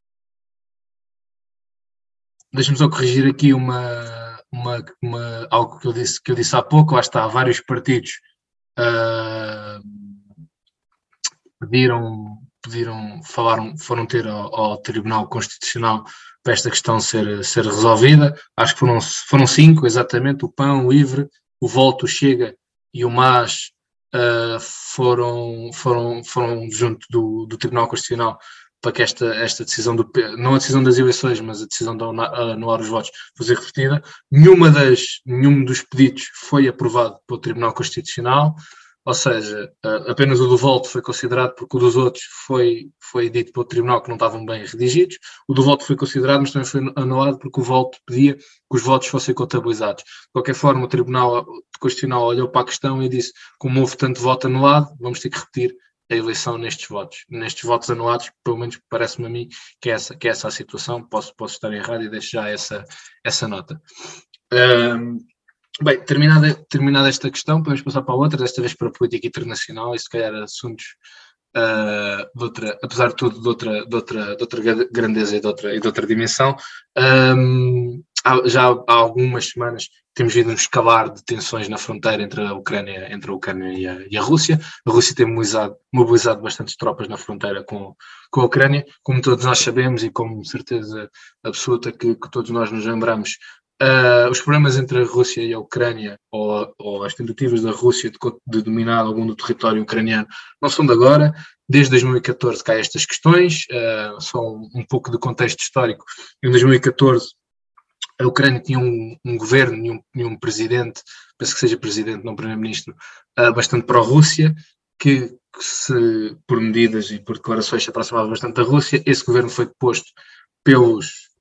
Deixa-me só corrigir aqui uma, uma, uma, algo que eu, disse, que eu disse há pouco. Lá está, vários partidos uh, pediram, pediram falaram, foram ter ao, ao Tribunal Constitucional para esta questão ser, ser resolvida. Acho que foram, foram cinco, exatamente. O P A N, o LIVRE, o Volto, o Chega e o MAS uh, foram, foram, foram junto do, do Tribunal Constitucional para que esta, esta decisão, do, não a decisão das eleições, mas a decisão de anular os votos fosse revertida. Nenhuma das, nenhum dos pedidos foi aprovado pelo Tribunal Constitucional, ou seja, apenas o do Volto foi considerado, porque o dos outros foi, foi dito pelo Tribunal que não estavam bem redigidos. O do Volto foi considerado, mas também foi anulado porque o Volto pedia que os votos fossem contabilizados. De qualquer forma, o Tribunal Constitucional olhou para a questão e disse: como houve tanto voto anulado, vamos ter que repetir a eleição nestes votos, nestes votos anulados, pelo menos parece-me a mim que é essa, que é essa a situação. Posso, posso estar errado e deixo já essa, essa nota. Um, bem, terminada, terminada esta questão, podemos passar para a outra, desta vez para a política internacional e se calhar assuntos, uh, de outra, apesar de tudo, de outra, de outra, de outra grandeza e de outra, e de outra dimensão. Um, há, já há algumas semanas temos vindo um escalar de tensões na fronteira entre a Ucrânia, entre a Ucrânia e, a, e a Rússia. A Rússia tem mobilizado, mobilizado bastantes tropas na fronteira com, com a Ucrânia. Como todos nós sabemos e com certeza absoluta que, que todos nós nos lembramos, Uh, os problemas entre a Rússia e a Ucrânia, ou, ou as tentativas da Rússia de, de dominar algum do território ucraniano, não são de agora. Desde dois mil e catorze cá estas questões, uh, só um, um pouco de contexto histórico. Em dois mil e catorze, a Ucrânia tinha um, um governo e um, e um presidente, penso que seja presidente, não primeiro-ministro, uh, bastante pró-Rússia, que, que se, por medidas e por declarações, se aproximava bastante da Rússia. Esse governo foi deposto pelos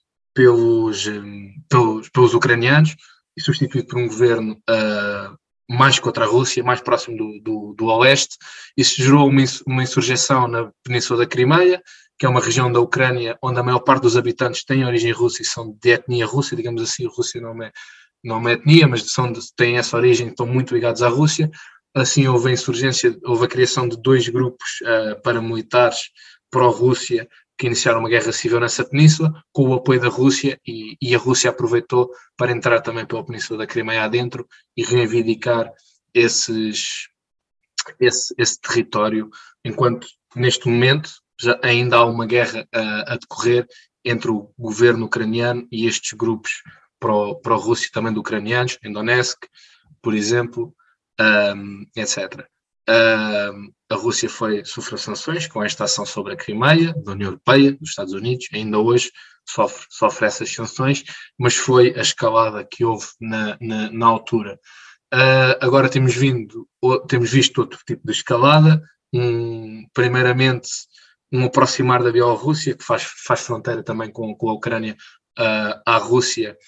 Pelos, pelos, pelos ucranianos e substituído por um governo uh, mais contra a Rússia, mais próximo do, do, do oeste. Isso gerou uma, uma insurreição na Península da Crimeia, que é uma região da Ucrânia onde a maior parte dos habitantes tem origem russa e são de etnia russa, digamos assim. A Rússia não é, não é etnia, mas são de, têm essa origem, estão muito ligados à Rússia. Assim houve a insurgência, houve a criação de dois grupos uh, paramilitares pró-Rússia, que iniciaram uma guerra civil nessa península, com o apoio da Rússia, e, e a Rússia aproveitou para entrar também pela península da Crimeia adentro e reivindicar esses, esse, esse território, enquanto neste momento já ainda há uma guerra a, a decorrer entre o governo ucraniano e estes grupos pró-Rússia, também de ucranianos, em Donetsk, por exemplo, um, etcétera. Um, a Rússia foi, sofreu sanções com esta ação sobre a Crimeia, da União Europeia, dos Estados Unidos, ainda hoje sofre, sofre essas sanções, mas foi a escalada que houve na, na, na altura. Uh, agora temos, vindo, temos visto outro tipo de escalada, um, primeiramente um aproximar da Bielorrússia, que faz, faz fronteira também com, com a Ucrânia, uh, à Rússia,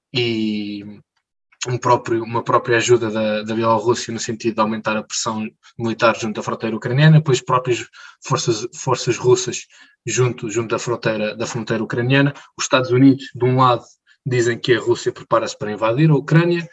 e Um próprio, uma própria ajuda da, da Bielorrússia no sentido de aumentar a pressão militar junto à fronteira ucraniana, depois próprias forças, forças russas junto, junto da, fronteira, da fronteira ucraniana. Os Estados Unidos, de um lado, dizem que a Rússia prepara-se para invadir a Ucrânia,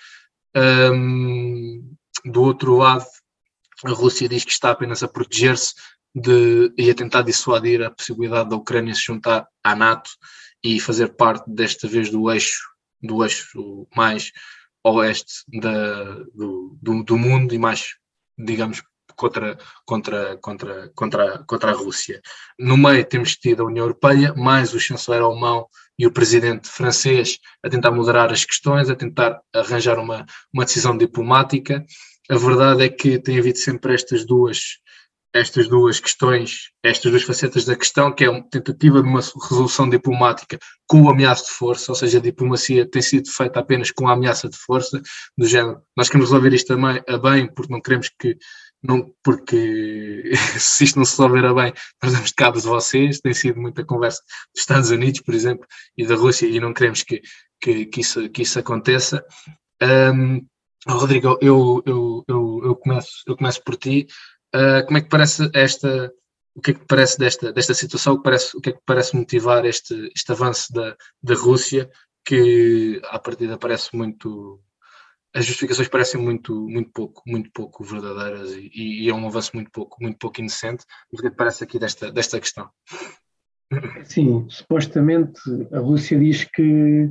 um, do outro lado, a Rússia diz que está apenas a proteger-se de, e a tentar dissuadir a possibilidade da Ucrânia se juntar à NATO e fazer parte, desta vez, do eixo, do eixo mais oeste da, do, do, do mundo e mais, digamos, contra, contra, contra, contra, contra a Rússia. No meio temos tido a União Europeia, mais o chanceler alemão e o presidente francês a tentar moderar as questões, a tentar arranjar uma, uma decisão diplomática. A verdade é que tem havido sempre estas duas estas duas questões, estas duas facetas da questão, que é uma tentativa de uma resolução diplomática com o ameaço de força, ou seja, a diplomacia tem sido feita apenas com a ameaça de força, do género, nós queremos resolver isto também a bem, porque não queremos que, não, porque se isto não se resolver a bem, nós damos de cabo de vocês. Tem sido muita conversa dos Estados Unidos, por exemplo, e da Rússia, e não queremos que, que, que, isso, que isso aconteça. Um, Rodrigo, eu, eu, eu, eu, começo, eu começo por ti. Uh, como é que parece esta, o que é que parece desta, desta situação, o que, parece, o que é que parece motivar este, este avanço da, da Rússia, que à partida parece muito, as justificações parecem muito, muito pouco, muito pouco verdadeiras e, e é um avanço muito pouco, muito pouco inocente. O que é que parece aqui desta, desta questão? Sim, supostamente a Rússia diz que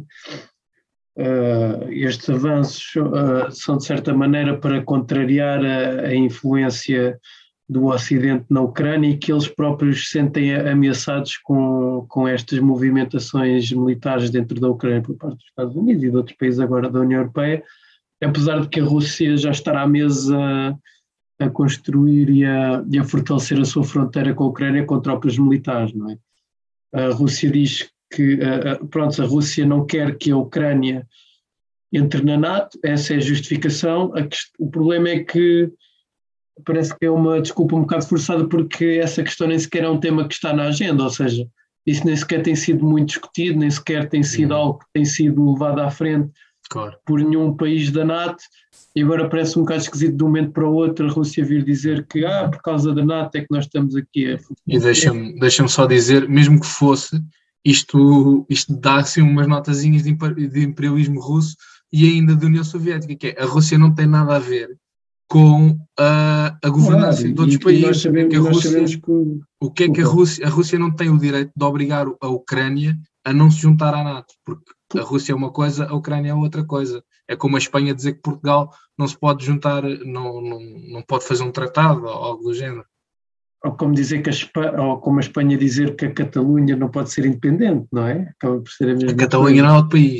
uh, estes avanços uh, são de certa maneira para contrariar a, a influência do Ocidente na Ucrânia e que eles próprios se sentem ameaçados com, com estas movimentações militares dentro da Ucrânia por parte dos Estados Unidos e de outros países agora da União Europeia, apesar de que a Rússia já estará à mesa a construir e a, e a fortalecer a sua fronteira com a Ucrânia com tropas militares, não é? A Rússia diz que, pronto, a Rússia não quer que a Ucrânia entre na NATO, essa é a justificação. O problema é que parece que é uma desculpa um bocado forçada, porque essa questão nem sequer é um tema que está na agenda, ou seja, isso nem sequer tem sido muito discutido, nem sequer tem sido algo que tem sido levado à frente claro. por nenhum país da NATO, e agora parece um bocado esquisito de um momento para o outro a Rússia vir dizer que ah, por causa da NATO é que nós estamos aqui a... E deixa-me, deixa-me só dizer, mesmo que fosse, isto, isto dá assim umas notazinhas de imperialismo russo e ainda da União Soviética, que é, a Rússia não tem nada a ver com a, a governança claro, de outros e, países. E nós sabemos, a Rússia, nós que... O que é que a Rússia, a Rússia não tem o direito de obrigar a Ucrânia a não se juntar à NATO, porque a Rússia é uma coisa, a Ucrânia é outra coisa. É como a Espanha dizer que Portugal não se pode juntar, não, não, não pode fazer um tratado ou algo do género. Ou como, dizer que a Espanha, ou como a Espanha dizer que a Catalunha não pode ser independente, não é? Acaba por ser a mesma a Catalunha coisa. Não é outro país.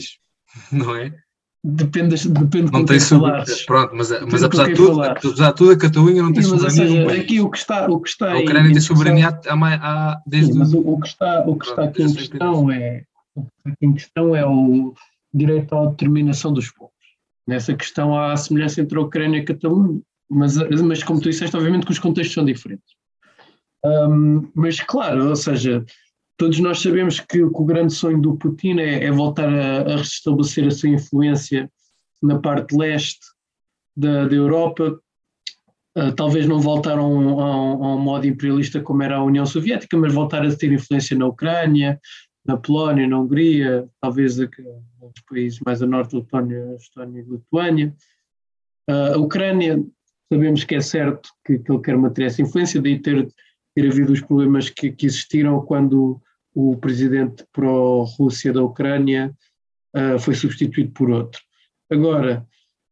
não é? Depende, das, depende não com tem quem falares. Pronto, mas, mas apesar, de tudo, apesar de tudo, a Catalunha não tem sim, mas, soberania. ou seja, num país. aqui o que está, o que está a Ucrânia em, tem em soberania há, há, há, desde. Sim, mas o, o que está, o que pronto, está aqui em questão é o que está aqui em questão é o direito à determinação dos povos. Nessa questão há a semelhança entre a Ucrânia e a Catalunha, mas, mas como tu disseste, obviamente que os contextos são diferentes. Um, mas claro, ou seja, todos nós sabemos que, que o grande sonho do Putin é, é voltar a, a restabelecer a sua influência na parte leste da, da Europa. Uh, talvez não voltar a um, a, um, a um modo imperialista como era a União Soviética, mas voltar a ter influência na Ucrânia, na Polónia, na Hungria, talvez nos países mais a norte, Letónia, Estónia e Lituânia. Uh, a Ucrânia, sabemos que é certo que, que ele quer manter essa influência, daí ter, ter havido os problemas que, que existiram quando o presidente pró-Rússia da Ucrânia uh, foi substituído por outro. Agora,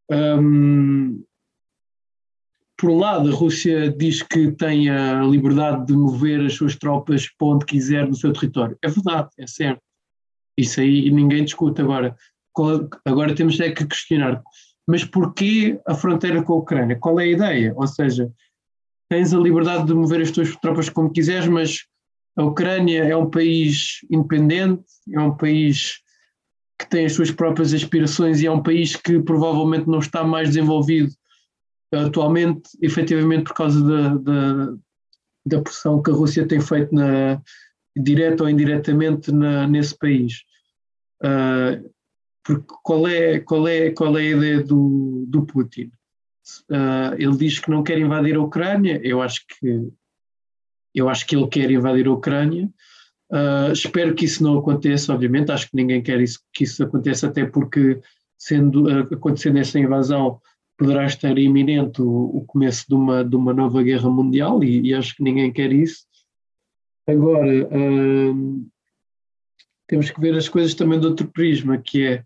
um, por um lado, a Rússia diz que tem a liberdade de mover as suas tropas para onde quiser no seu território. É verdade, é certo. Isso aí ninguém discute. Agora, agora temos é que questionar. Mas porquê a fronteira com a Ucrânia? Qual é a ideia? Ou seja, tens a liberdade de mover as tuas tropas como quiseres, mas a Ucrânia é um país independente, é um país que tem as suas próprias aspirações e é um país que provavelmente não está mais desenvolvido atualmente, efetivamente por causa da, da, da pressão que a Rússia tem feito na, direta ou indiretamente na, nesse país. Uh, porque qual é, qual, é, qual é a ideia do, do Putin? Uh, ele diz que não quer invadir a Ucrânia. Eu acho que, eu acho que ele quer invadir a Ucrânia. Uh, espero que isso não aconteça, obviamente. Acho que ninguém quer isso, que isso aconteça, até porque, sendo, uh, acontecendo essa invasão, poderá estar iminente o, o começo de uma, de uma nova guerra mundial e, e acho que ninguém quer isso. Agora, hum, temos que ver as coisas também de outro prisma, que é,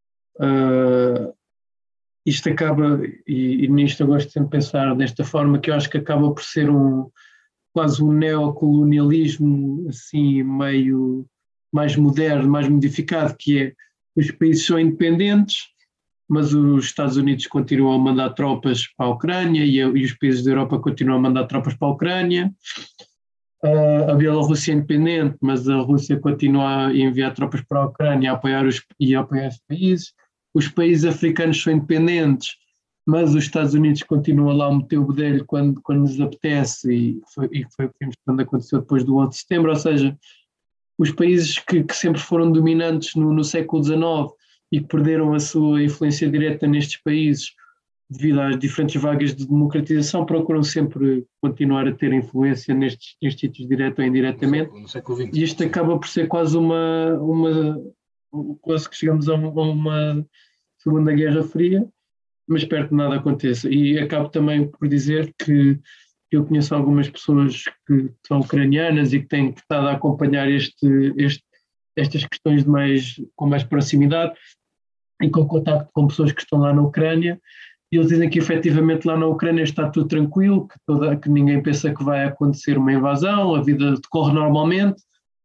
uh, isto acaba, e, e nisto eu gosto sempre de pensar desta forma, que eu acho que acaba por ser um, quase um neocolonialismo, assim, meio mais moderno, mais modificado, que é, os países são independentes, mas os Estados Unidos continuam a mandar tropas para a Ucrânia e, e os países da Europa continuam a mandar tropas para a Ucrânia. Uh, a Bielorrússia é independente, mas a Rússia continua a enviar tropas para a Ucrânia a apoiar os, e a apoiar os países. Os países africanos são independentes, mas os Estados Unidos continuam lá a meter o bedelho quando, quando nos apetece, e foi, e foi o que vimos quando aconteceu depois do onze de setembro. Ou seja, os países que, que sempre foram dominantes no, no século dezanove e que perderam a sua influência direta nestes países devido às diferentes vagas de democratização, procuram sempre continuar a ter influência nestes, nestes sítios, direto ou indiretamente. No século vinte. E isto acaba por ser quase uma, uma quase que chegamos a uma Segunda Guerra Fria, mas espero que nada aconteça. E acabo também por dizer que eu conheço algumas pessoas que são ucranianas e que têm estado a acompanhar este, este, estas questões de mais, com mais proximidade e com contacto com pessoas que estão lá na Ucrânia, e eles dizem que efetivamente lá na Ucrânia está tudo tranquilo, que, toda, que ninguém pensa que vai acontecer uma invasão, a vida decorre normalmente,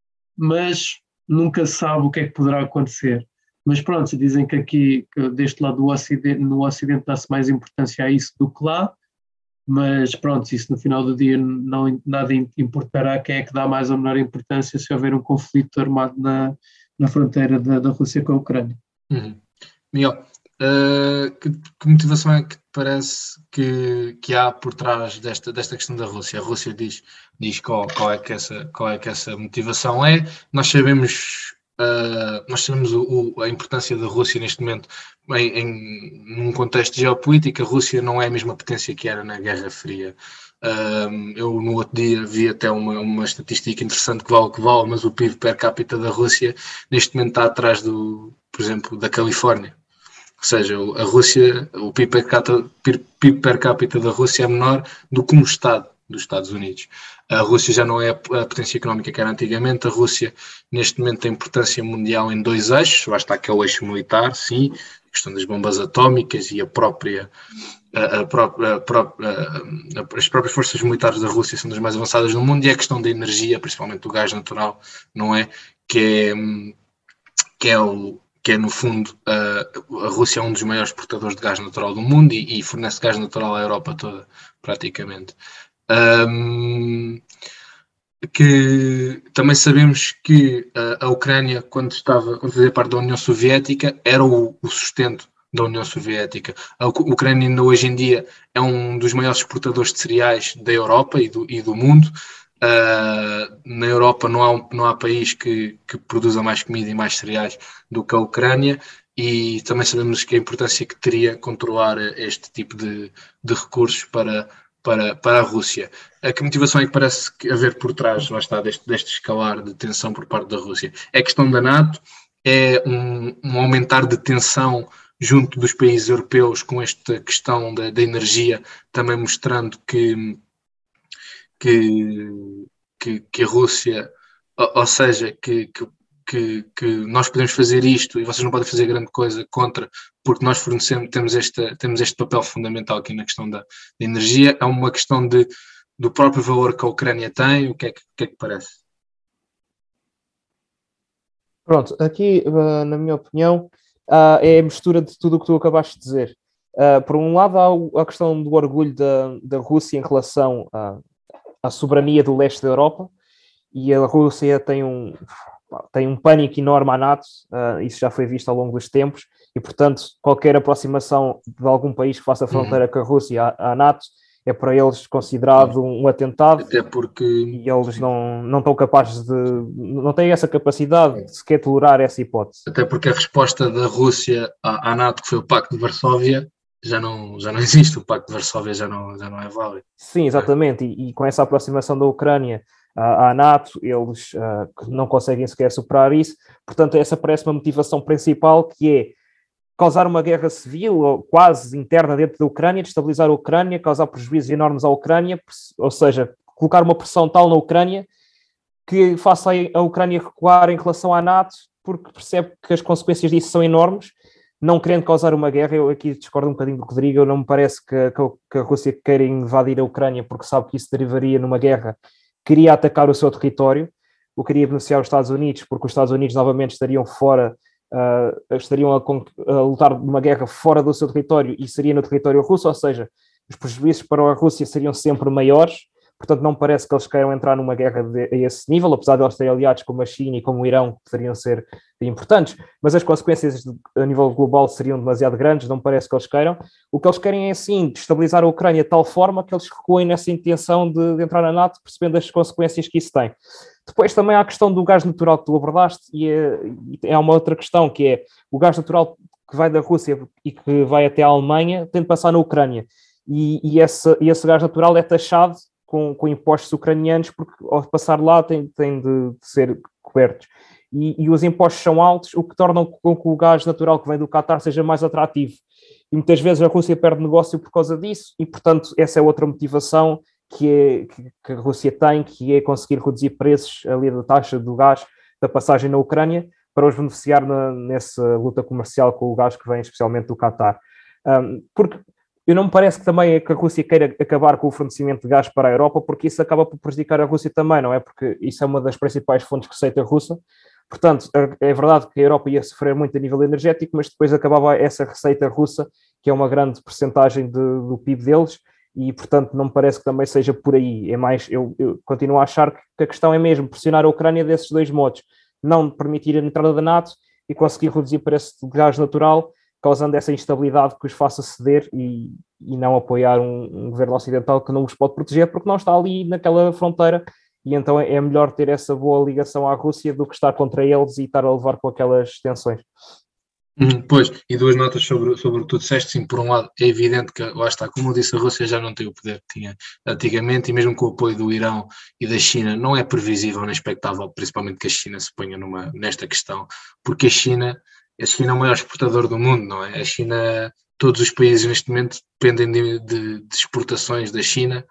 mas nunca se sabe o que é que poderá acontecer. Mas pronto, dizem que aqui, que deste lado do Ocidente, no Ocidente dá-se mais importância a isso do que lá, mas pronto, isso no final do dia não, nada importará quem é que dá mais ou menor importância se houver um conflito armado na, na fronteira da, da Rússia com a Ucrânia. Uhum. Miguel, uh, que, que motivação é que te parece que, que há por trás desta, desta questão da Rússia? A Rússia diz, diz qual, qual, é que essa, qual é que essa motivação é. Nós sabemos, uh, nós sabemos o, o, a importância da Rússia neste momento em, em, num contexto geopolítico. A Rússia não é a mesma potência que era na Guerra Fria. Um, eu no outro dia vi até uma, uma estatística interessante, que vale o que vale, mas o P I B per capita da Rússia neste momento está atrás do, por exemplo, da Califórnia. Ou seja, a Rússia, o P I B per capita, P I B per capita da Rússia é menor do que um Estado dos Estados Unidos. A Rússia já não é a potência económica que era antigamente. A Rússia neste momento tem importância mundial em dois eixos, basta que é o eixo militar, sim, a questão das bombas atómicas e a própria A própria, a própria, a, as próprias forças militares da Rússia são das mais avançadas no mundo, e a questão da energia, principalmente do gás natural, não é? Que é, que é, o, que é, no fundo, a, a Rússia é um dos maiores exportadores de gás natural do mundo e, e fornece gás natural à Europa toda, praticamente. Um, que também sabemos que a, a Ucrânia, quando estava quando fazia parte da União Soviética, era o, o sustento da União Soviética. A Ucrânia ainda hoje em dia é um dos maiores exportadores de cereais da Europa e do, e do mundo. Uh, na Europa não há, um, não há país que, que produza mais comida e mais cereais do que a Ucrânia, e também sabemos que a importância que teria controlar este tipo de, de recursos para, para, para a Rússia. A que motivação é que parece haver por trás, lá está, deste, deste escalar de tensão por parte da Rússia? É a questão da NATO? É um, um aumentar de tensão junto dos países europeus com esta questão da, da energia, também mostrando que Que, que, que a Rússia, ou, ou seja, que, que, que nós podemos fazer isto e vocês não podem fazer grande coisa contra, porque nós fornecemos, temos, esta, temos este papel fundamental aqui na questão da, da energia. É uma questão de, do próprio valor que a Ucrânia tem. O que é que, o que, é que parece? Pronto, aqui, na minha opinião, é a mistura de tudo o que tu acabaste de dizer. Por um lado, há a questão do orgulho da, da Rússia em relação a à soberania do leste da Europa, e a Rússia tem um, tem um pânico enorme à NATO, uh, isso já foi visto ao longo dos tempos, e portanto qualquer aproximação de algum país que faça fronteira uhum. com a Rússia à, à NATO é para eles considerado um, um atentado. Até porque... E eles não, não estão capazes de... não têm essa capacidade de sequer tolerar essa hipótese. Até porque a resposta da Rússia à, à NATO, que foi o Pacto de Varsóvia, já não, já não existe, o Pacto de Varsóvia já não, já não é válido. Sim, exatamente, e, e com essa aproximação da Ucrânia à, à NATO, eles uh, não conseguem sequer superar isso. Portanto, essa parece uma motivação principal, que é causar uma guerra civil, ou quase interna dentro da Ucrânia, destabilizar a Ucrânia, causar prejuízos enormes à Ucrânia, ou seja, colocar uma pressão tal na Ucrânia que faça a Ucrânia recuar em relação à NATO, porque percebe que as consequências disso são enormes. Não querendo causar uma guerra, eu aqui discordo um bocadinho do Rodrigo, não me parece que, que a Rússia queira invadir a Ucrânia porque sabe que isso derivaria numa guerra, queria atacar o seu território, o queria beneficiar os Estados Unidos, porque os Estados Unidos novamente estariam fora, uh, estariam a, a lutar numa guerra fora do seu território e seria no território russo, ou seja, os prejuízos para a Rússia seriam sempre maiores. Portanto, não me parece que eles queiram entrar numa guerra de, a esse nível, apesar de eles terem aliados como a China e como o Irão, que deveriam ser importantes, mas as consequências de, a nível global seriam demasiado grandes, não me parece que eles queiram. O que eles querem é, sim, destabilizar a Ucrânia de tal forma que eles recuem nessa intenção de, de entrar na NATO, percebendo as consequências que isso tem. Depois também há a questão do gás natural que tu abordaste, e é, e há uma outra questão, que é o gás natural que vai da Rússia e que vai até a Alemanha, tem de passar na Ucrânia, e, e, esse, e esse gás natural é taxado Com, com impostos ucranianos, porque ao passar lá tem, tem de, de ser cobertos. E, e os impostos são altos, o que torna com que o gás natural que vem do Qatar seja mais atrativo. E muitas vezes a Rússia perde negócio por causa disso, e portanto essa é outra motivação que, é, que, que a Rússia tem, que é conseguir reduzir preços ali da taxa do gás da passagem na Ucrânia, para os beneficiar na, nessa luta comercial com o gás que vem especialmente do Qatar. Um, porque eu não me parece que também é que a Rússia queira acabar com o fornecimento de gás para a Europa, porque isso acaba por prejudicar a Rússia também, não é? Porque isso é uma das principais fontes de receita russa. Portanto, é verdade que a Europa ia sofrer muito a nível energético, mas depois acabava essa receita russa, que é uma grande percentagem de, do P I B deles, e portanto não me parece que também seja por aí. É mais, eu, eu continuo a achar que a questão é mesmo pressionar a Ucrânia desses dois modos, não permitir a entrada da NATO e conseguir reduzir o preço de gás natural, causando essa instabilidade que os faça ceder e, e não apoiar um, um governo ocidental que não os pode proteger porque não está ali naquela fronteira, e então é, é melhor ter essa boa ligação à Rússia do que estar contra eles e estar a levar com aquelas tensões. Hum, pois, e duas notas sobre, sobre o que tu disseste. Sim, por um lado é evidente que, lá está, como eu disse, a Rússia já não tem o poder que tinha antigamente, e mesmo com o apoio do Irão e da China não é previsível nem expectável, principalmente que a China se ponha numa, nesta questão, porque a China A China é o maior exportador do mundo, não é? A China, todos os países neste momento dependem de, de, de exportações da China,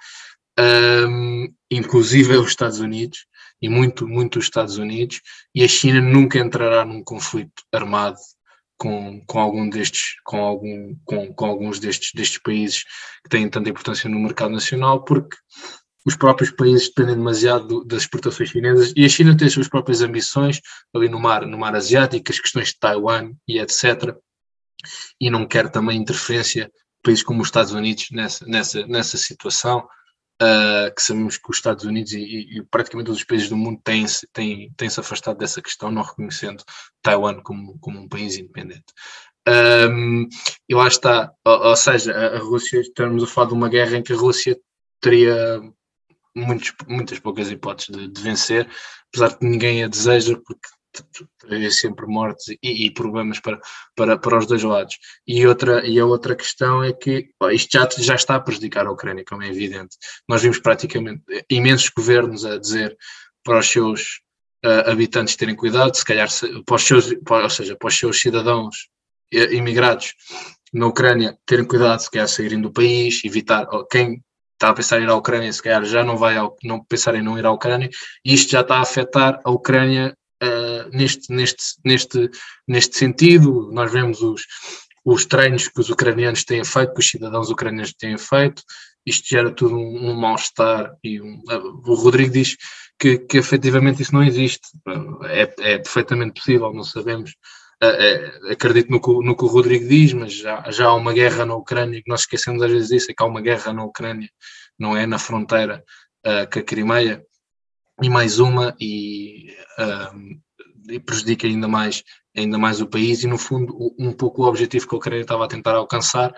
um, inclusive os Estados Unidos, e muito, muito os Estados Unidos, e a China nunca entrará num conflito armado com, com algum destes, com, algum, com, com alguns destes, destes países que têm tanta importância no mercado nacional, porque os próprios países dependem demasiado do, das exportações chinesas, e a China tem as suas próprias ambições ali no mar, no mar Asiático, as questões de Taiwan e etcétera, e não quer também interferência de países como os Estados Unidos nessa, nessa, nessa situação, uh, que sabemos que os Estados Unidos e, e, e praticamente todos os países do mundo têm-se têm, têm-se afastado dessa questão, não reconhecendo Taiwan como, como um país independente. Um, e lá está, ou, ou seja, a, a Rússia, estamos a falar de uma guerra em que a Rússia teria muitos, muitas poucas hipóteses de, de vencer, apesar de que ninguém a deseja, porque teria sempre mortes e, e problemas para, para, para os dois lados. E, outra, e a outra questão é que ó, isto já, já está a prejudicar a Ucrânia, como é evidente. Nós vimos praticamente imensos governos a dizer para os seus uh, habitantes terem cuidado, se calhar para os seus, para, ou seja, para os seus cidadãos imigrados na Ucrânia terem cuidado, se calhar saírem do país, evitar, ó, quem está a pensar em ir à Ucrânia, se calhar já não vai ao, não pensar em não ir à Ucrânia, e isto já está a afetar a Ucrânia uh, neste, neste, neste, neste sentido. Nós vemos os, os treinos que os ucranianos têm feito, que os cidadãos ucranianos têm feito, isto gera tudo um, um mal-estar, e um, uh, o Rodrigo diz que, que efetivamente isso não existe, é, é perfeitamente possível, não sabemos. Uh, uh, acredito no que, no que o Rodrigo diz, mas já, já há uma guerra na Ucrânia, que nós esquecemos às vezes disso, é que há uma guerra na Ucrânia, não é, na fronteira uh, com a Crimeia, e mais uma, e, uh, e prejudica ainda mais, ainda mais o país, e no fundo um pouco o objetivo que a Ucrânia estava a tentar alcançar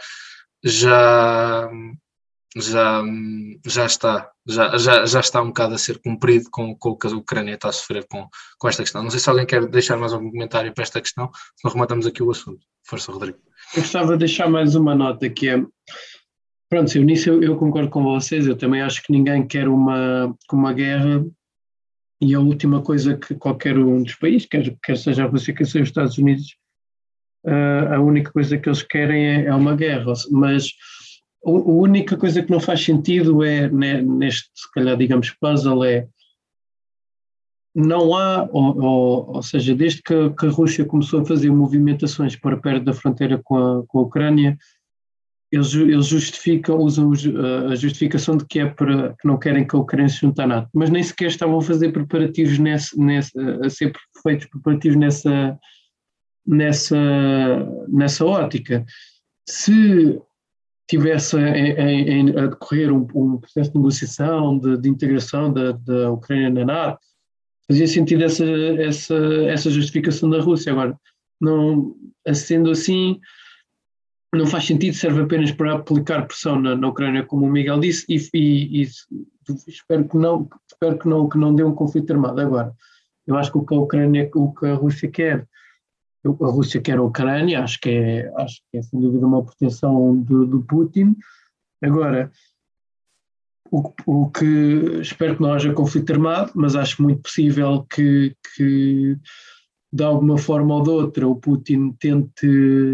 já, já, já está, já, já, já está um bocado a ser cumprido com, com o que a Ucrânia está a sofrer com, com esta questão. Não sei se alguém quer deixar mais algum comentário para esta questão, senão rematamos aqui o assunto. Força, Rodrigo. Eu gostava de deixar mais uma nota, que é, pronto, eu nisso eu, eu concordo com vocês, eu também acho que ninguém quer uma, uma guerra, e a última coisa que qualquer um dos países, quer, quer seja a Rússia, quer seja os Estados Unidos, uh, a única coisa que eles querem é, é uma guerra, mas a única coisa que não faz sentido é, neste, se calhar, digamos, puzzle, é não há, ou, ou, ou seja, desde que, que a Rússia começou a fazer movimentações para perto da fronteira com a, com a Ucrânia, eles, eles justificam, usam a justificação de que é para que não querem que a Ucrânia se junte à NATO, mas nem sequer estavam a fazer preparativos nesse, nesse, a ser feitos preparativos nessa, nessa, nessa ótica. Se tivesse em, em, a decorrer um, um processo de negociação, de, de integração da, da Ucrânia na NATO, fazia sentido essa, essa, essa justificação da Rússia. Agora, não, sendo assim, não faz sentido, serve apenas para aplicar pressão na, na Ucrânia, como o Miguel disse, e, e, e espero, que não, espero que, não, que não dê um conflito armado. Agora, eu acho que o que a Ucrânia, o que a Rússia quer, a Rússia quer a Ucrânia, acho que é, acho que é sem dúvida uma pretensão do, do Putin. Agora, o, o que espero que não haja conflito armado, mas acho muito possível que, que de alguma forma ou de outra o Putin tente,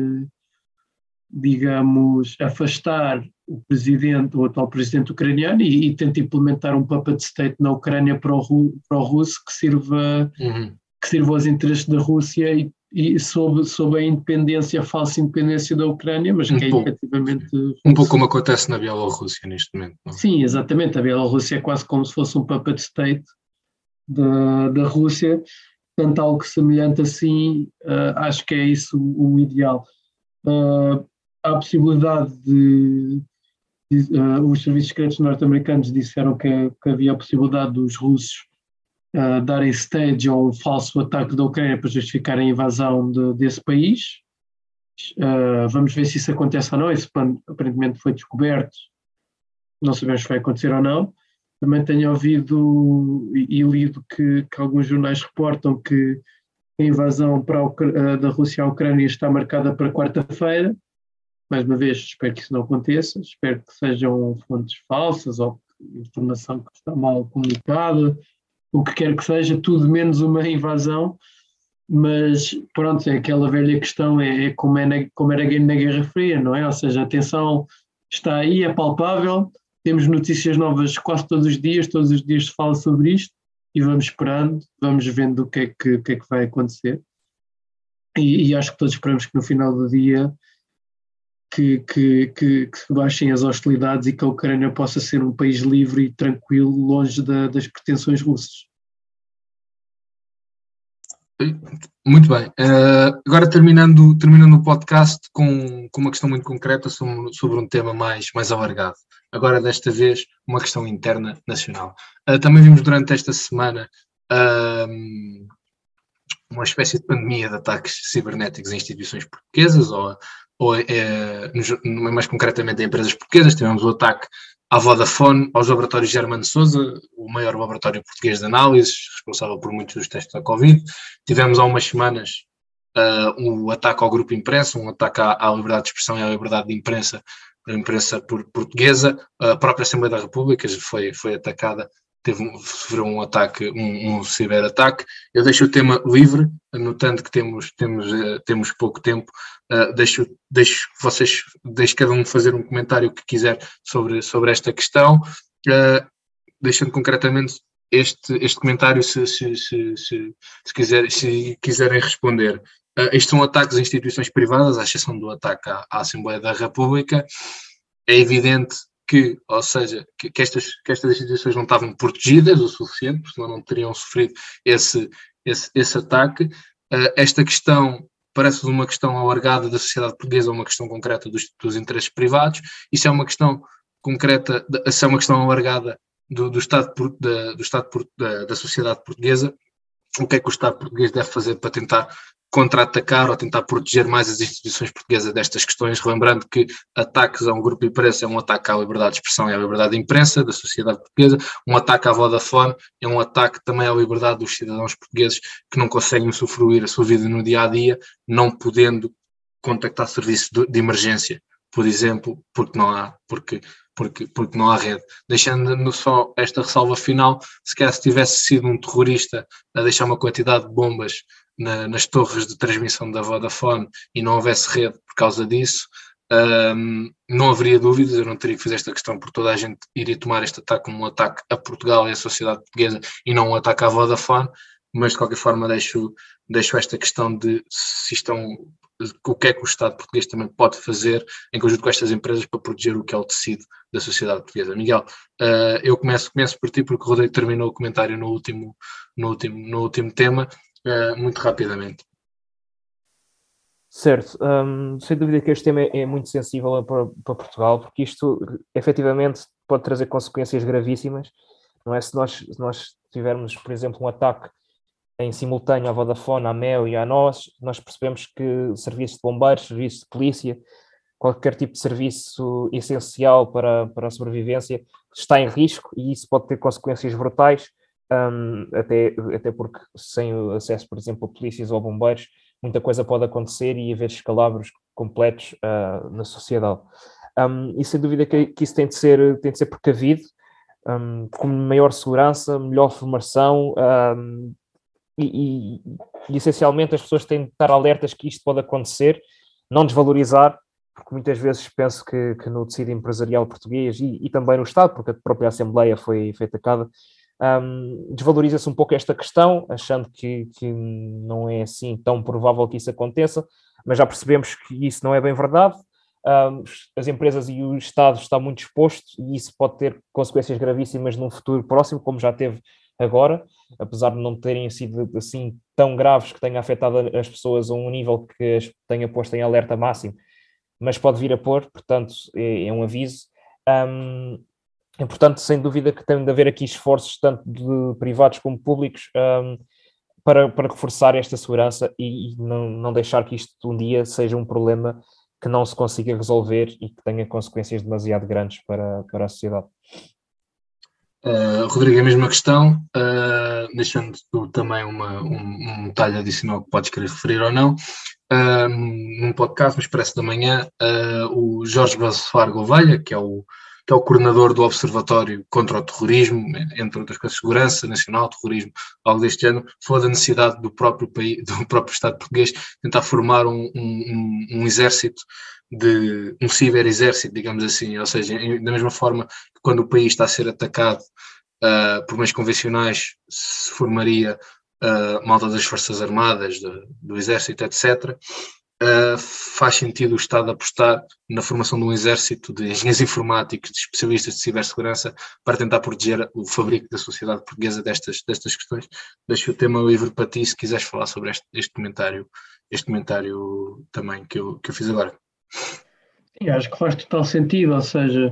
digamos, afastar o presidente, o atual presidente ucraniano, e, e tente implementar um puppet state na Ucrânia para o, para o russo que sirva, uhum. que sirva aos interesses da Rússia e e sob, sob a independência, a falsa independência da Ucrânia, mas um que é pouco, efetivamente... Um pouco como acontece na Bielorrússia neste momento. Não? Sim, exatamente. A Bielorrússia é quase como se fosse um puppet state da, da Rússia. Portanto, algo semelhante assim, uh, acho que é isso o, o ideal. Uh, há a possibilidade de... de uh, os serviços secretos norte-americanos disseram que, que havia a possibilidade dos russos Uh, darem stage a um falso ataque da Ucrânia para justificar a invasão de, desse país. Uh, vamos ver se isso acontece ou não. Esse plano aparentemente foi descoberto. Não sabemos se vai acontecer ou não. Também tenho ouvido e, e lido que, que alguns jornais reportam que a invasão para a, uh, da Rússia à Ucrânia está marcada para quarta-feira. Mais uma vez, espero que isso não aconteça. Espero que sejam fontes falsas ou informação que está mal comunicada, o que quer que seja, tudo menos uma invasão, mas pronto, é aquela velha questão, é, é como, é na, como era na Guerra Fria, não é? Ou seja, a tensão está aí, é palpável, temos notícias novas quase todos os dias, todos os dias se fala sobre isto, e vamos esperando, vamos vendo o que é que, o que, é que vai acontecer, e, e acho que todos esperamos que no final do dia que, que, que, que baixem as hostilidades e que a Ucrânia possa ser um país livre e tranquilo, longe da, das pretensões russas. Muito bem. Uh, agora terminando, terminando o podcast com, com uma questão muito concreta sobre, sobre um tema mais, mais alargado. Agora, desta vez, uma questão interna nacional. Uh, também vimos durante esta semana uh, uma espécie de pandemia de ataques cibernéticos em instituições portuguesas, ou, ou uh, mais concretamente em empresas portuguesas. Tivemos o ataque à Vodafone, aos laboratórios Germano Sousa, o maior laboratório português de análises, responsável por muitos dos testes da Covid. Tivemos há umas semanas uh, um ataque ao Grupo Imprensa, um ataque à, à liberdade de expressão e à liberdade de imprensa, da imprensa por, portuguesa. A própria Assembleia da República foi, foi atacada, teve, sofreu um ataque, um, um ciberataque. Eu deixo o tema livre, notando que temos, temos, uh, temos pouco tempo. Uh, deixo, deixo vocês, deixo cada um fazer um comentário que quiser sobre, sobre esta questão, uh, deixando concretamente este, este comentário se, se, se, se, se, quiser, se quiserem responder. Uh, estes são ataques a instituições privadas, à exceção do ataque à, à Assembleia da República. É evidente que, ou seja, que, que, estas, que estas instituições não estavam protegidas o suficiente, porque senão não teriam sofrido esse, esse, esse ataque. Uh, esta questão parece-vos uma questão alargada da sociedade portuguesa, uma questão concreta dos, dos interesses privados. Isso é uma questão concreta, isso é uma questão alargada do, do Estado, da, do Estado da, da sociedade portuguesa. O que é que o Estado português deve fazer para tentar contra-atacar ou tentar proteger mais as instituições portuguesas destas questões, relembrando que ataques a um grupo de imprensa é um ataque à liberdade de expressão e à liberdade de imprensa da sociedade portuguesa, um ataque à Vodafone é um ataque também à liberdade dos cidadãos portugueses que não conseguem usufruir a sua vida no dia-a-dia, não podendo contactar serviços de, de emergência, por exemplo, porque não há, porque, porque, porque não há rede. Deixando só esta ressalva final, se calhar se tivesse sido um terrorista a deixar uma quantidade de bombas Na, nas torres de transmissão da Vodafone e não houvesse rede por causa disso, um, não haveria dúvidas, eu não teria que fazer esta questão porque toda a gente iria tomar este ataque como um ataque a Portugal e à sociedade portuguesa e não um ataque à Vodafone, mas de qualquer forma deixo, deixo esta questão de se estão, o que é que o Estado português também pode fazer em conjunto com estas empresas para proteger o que é o tecido da sociedade portuguesa. Miguel, uh, eu começo, começo por ti porque o Rodrigo terminou o comentário no último, no último, no último tema. Uh, muito rapidamente. Certo, um, sem dúvida que este tema é, é muito sensível para, para Portugal, porque isto efetivamente pode trazer consequências gravíssimas, não é? Se nós, se nós tivermos, por exemplo, um ataque em simultâneo à Vodafone, à Mel e a nós, nós percebemos que serviços de bombeiros, serviços de polícia, qualquer tipo de serviço essencial para, para a sobrevivência está em risco e isso pode ter consequências brutais. Um, até, até porque sem o acesso, por exemplo, a polícias ou bombeiros, muita coisa pode acontecer e haver escalabros completos uh, na sociedade. Um, e sem dúvida que, que isso tem de ser, tem de ser precavido, um, com maior segurança, melhor formação um, e, e, e essencialmente as pessoas têm de estar alertas que isto pode acontecer, não desvalorizar, porque muitas vezes penso que, que no tecido empresarial português e, e também no Estado, porque a própria Assembleia foi, foi atacada, Um, desvaloriza-se um pouco esta questão, achando que, que não é assim tão provável que isso aconteça, mas já percebemos que isso não é bem verdade. Um, as empresas e o Estado estão muito expostos e isso pode ter consequências gravíssimas num futuro próximo, como já teve agora, apesar de não terem sido assim tão graves que tenha afetado as pessoas a um nível que as tenha posto em alerta máximo, mas pode vir a pôr, portanto é, é um aviso. Um, É, portanto, sem dúvida que tem de haver aqui esforços, tanto de privados como públicos, um, para, para reforçar esta segurança e, e não, não deixar que isto um dia seja um problema que não se consiga resolver e que tenha consequências demasiado grandes para, para a sociedade. Uh, Rodrigo, a mesma questão, uh, deixando também uma, um, um detalhe adicional que podes querer referir ou não. Uh, num podcast, no Expresso da Manhã, uh, o Jorge Bacelar Gouveia, que é o que é o coordenador do Observatório contra o Terrorismo, entre outras coisas, segurança nacional, terrorismo, algo deste género, falou da necessidade do próprio país, do próprio Estado português tentar formar um, um, um exército, de um ciberexército, digamos assim, ou seja, da mesma forma que quando o país está a ser atacado uh, por meios convencionais, se formaria uh, malta das Forças Armadas, do, do Exército, etcétera. uh, faz sentido o Estado apostar na formação de um exército de engenheiros informáticos, de especialistas de cibersegurança, para tentar proteger o fabrico da sociedade portuguesa destas, destas questões. Deixo o tema livre para ti, se quiseres falar sobre este, este comentário, este comentário também que eu, que eu fiz agora. Sim, acho que faz total sentido, ou seja,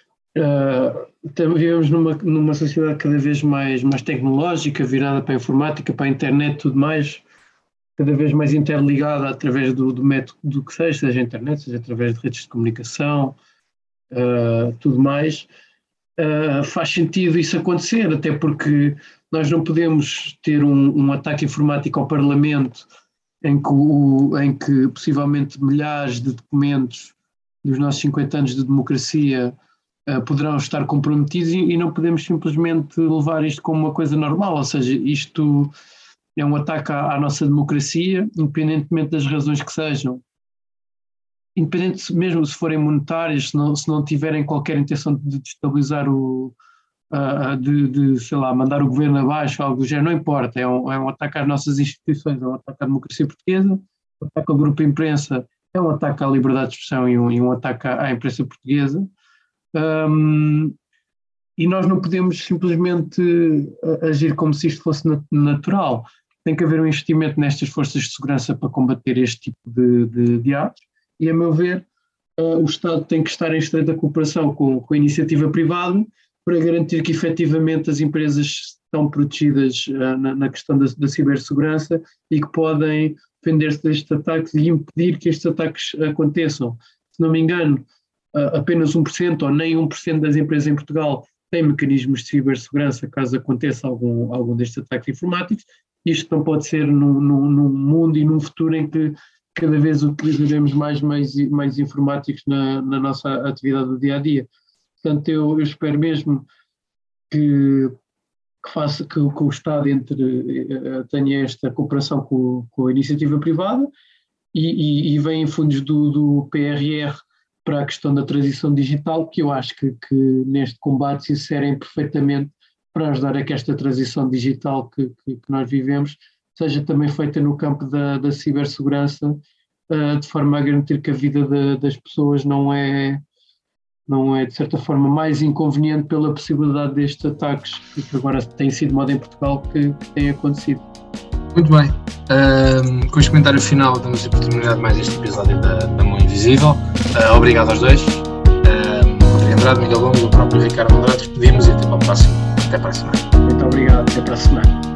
uh, vivemos numa, numa sociedade cada vez mais, mais tecnológica, virada para a informática, para a internet, tudo mais, cada vez mais interligada através do, do método do que seja, seja a internet, seja através de redes de comunicação, uh, tudo mais, uh, faz sentido isso acontecer, até porque nós não podemos ter um, um ataque informático ao Parlamento em que, o, em que possivelmente milhares de documentos dos nossos cinquenta anos de democracia uh, poderão estar comprometidos e, e não podemos simplesmente levar isto como uma coisa normal, ou seja, isto é um ataque à, à nossa democracia, independentemente das razões que sejam, independente mesmo se forem monetárias, se não, se não tiverem qualquer intenção de destabilizar o, uh, de, de, sei lá, mandar o governo abaixo, algo do género, não importa, é um, é um ataque às nossas instituições, é um ataque à democracia portuguesa, um ataque ao grupo de imprensa, é um ataque à liberdade de expressão e um, e um ataque à, à imprensa portuguesa. Um, e nós não podemos simplesmente agir como se isto fosse natural. Tem que haver um investimento nestas forças de segurança para combater este tipo de, de, de atos e, a meu ver, uh, o Estado tem que estar em estreita cooperação com, com a iniciativa privada para garantir que efetivamente as empresas estão protegidas uh, na, na questão da, da cibersegurança e que podem defender-se destes ataques e impedir que estes ataques aconteçam. Se não me engano, uh, apenas um por cento ou nem um por cento das empresas em Portugal têm mecanismos de cibersegurança caso aconteça algum, algum destes ataques informáticos. Isto não pode ser num, num, num mundo e num futuro em que cada vez utilizaremos mais meios, meios informáticos na, na nossa atividade do dia a dia. Portanto, eu, eu espero mesmo que, que, faça, que, que o Estado entre, tenha esta cooperação com, com a iniciativa privada e, e, e venham fundos do, do P R R para a questão da transição digital, que eu acho que, que neste combate se inserem perfeitamente para ajudar a que esta transição digital que, que, que nós vivemos seja também feita no campo da, da cibersegurança, uh, de forma a garantir que a vida de, das pessoas não é, não é, de certa forma, mais inconveniente pela possibilidade destes ataques que agora têm sido moda em Portugal, que, que têm acontecido. Muito bem. Um, com este comentário final, damos a oportunidade mais este episódio da, da Mão Invisível. Uh, obrigado aos dois. Um, Rodrigo Andrade, Miguel Longo e o próprio Ricardo Andrade. Despedimos e até para o próximo. Até para a semana. Muito obrigado. Até para a semana.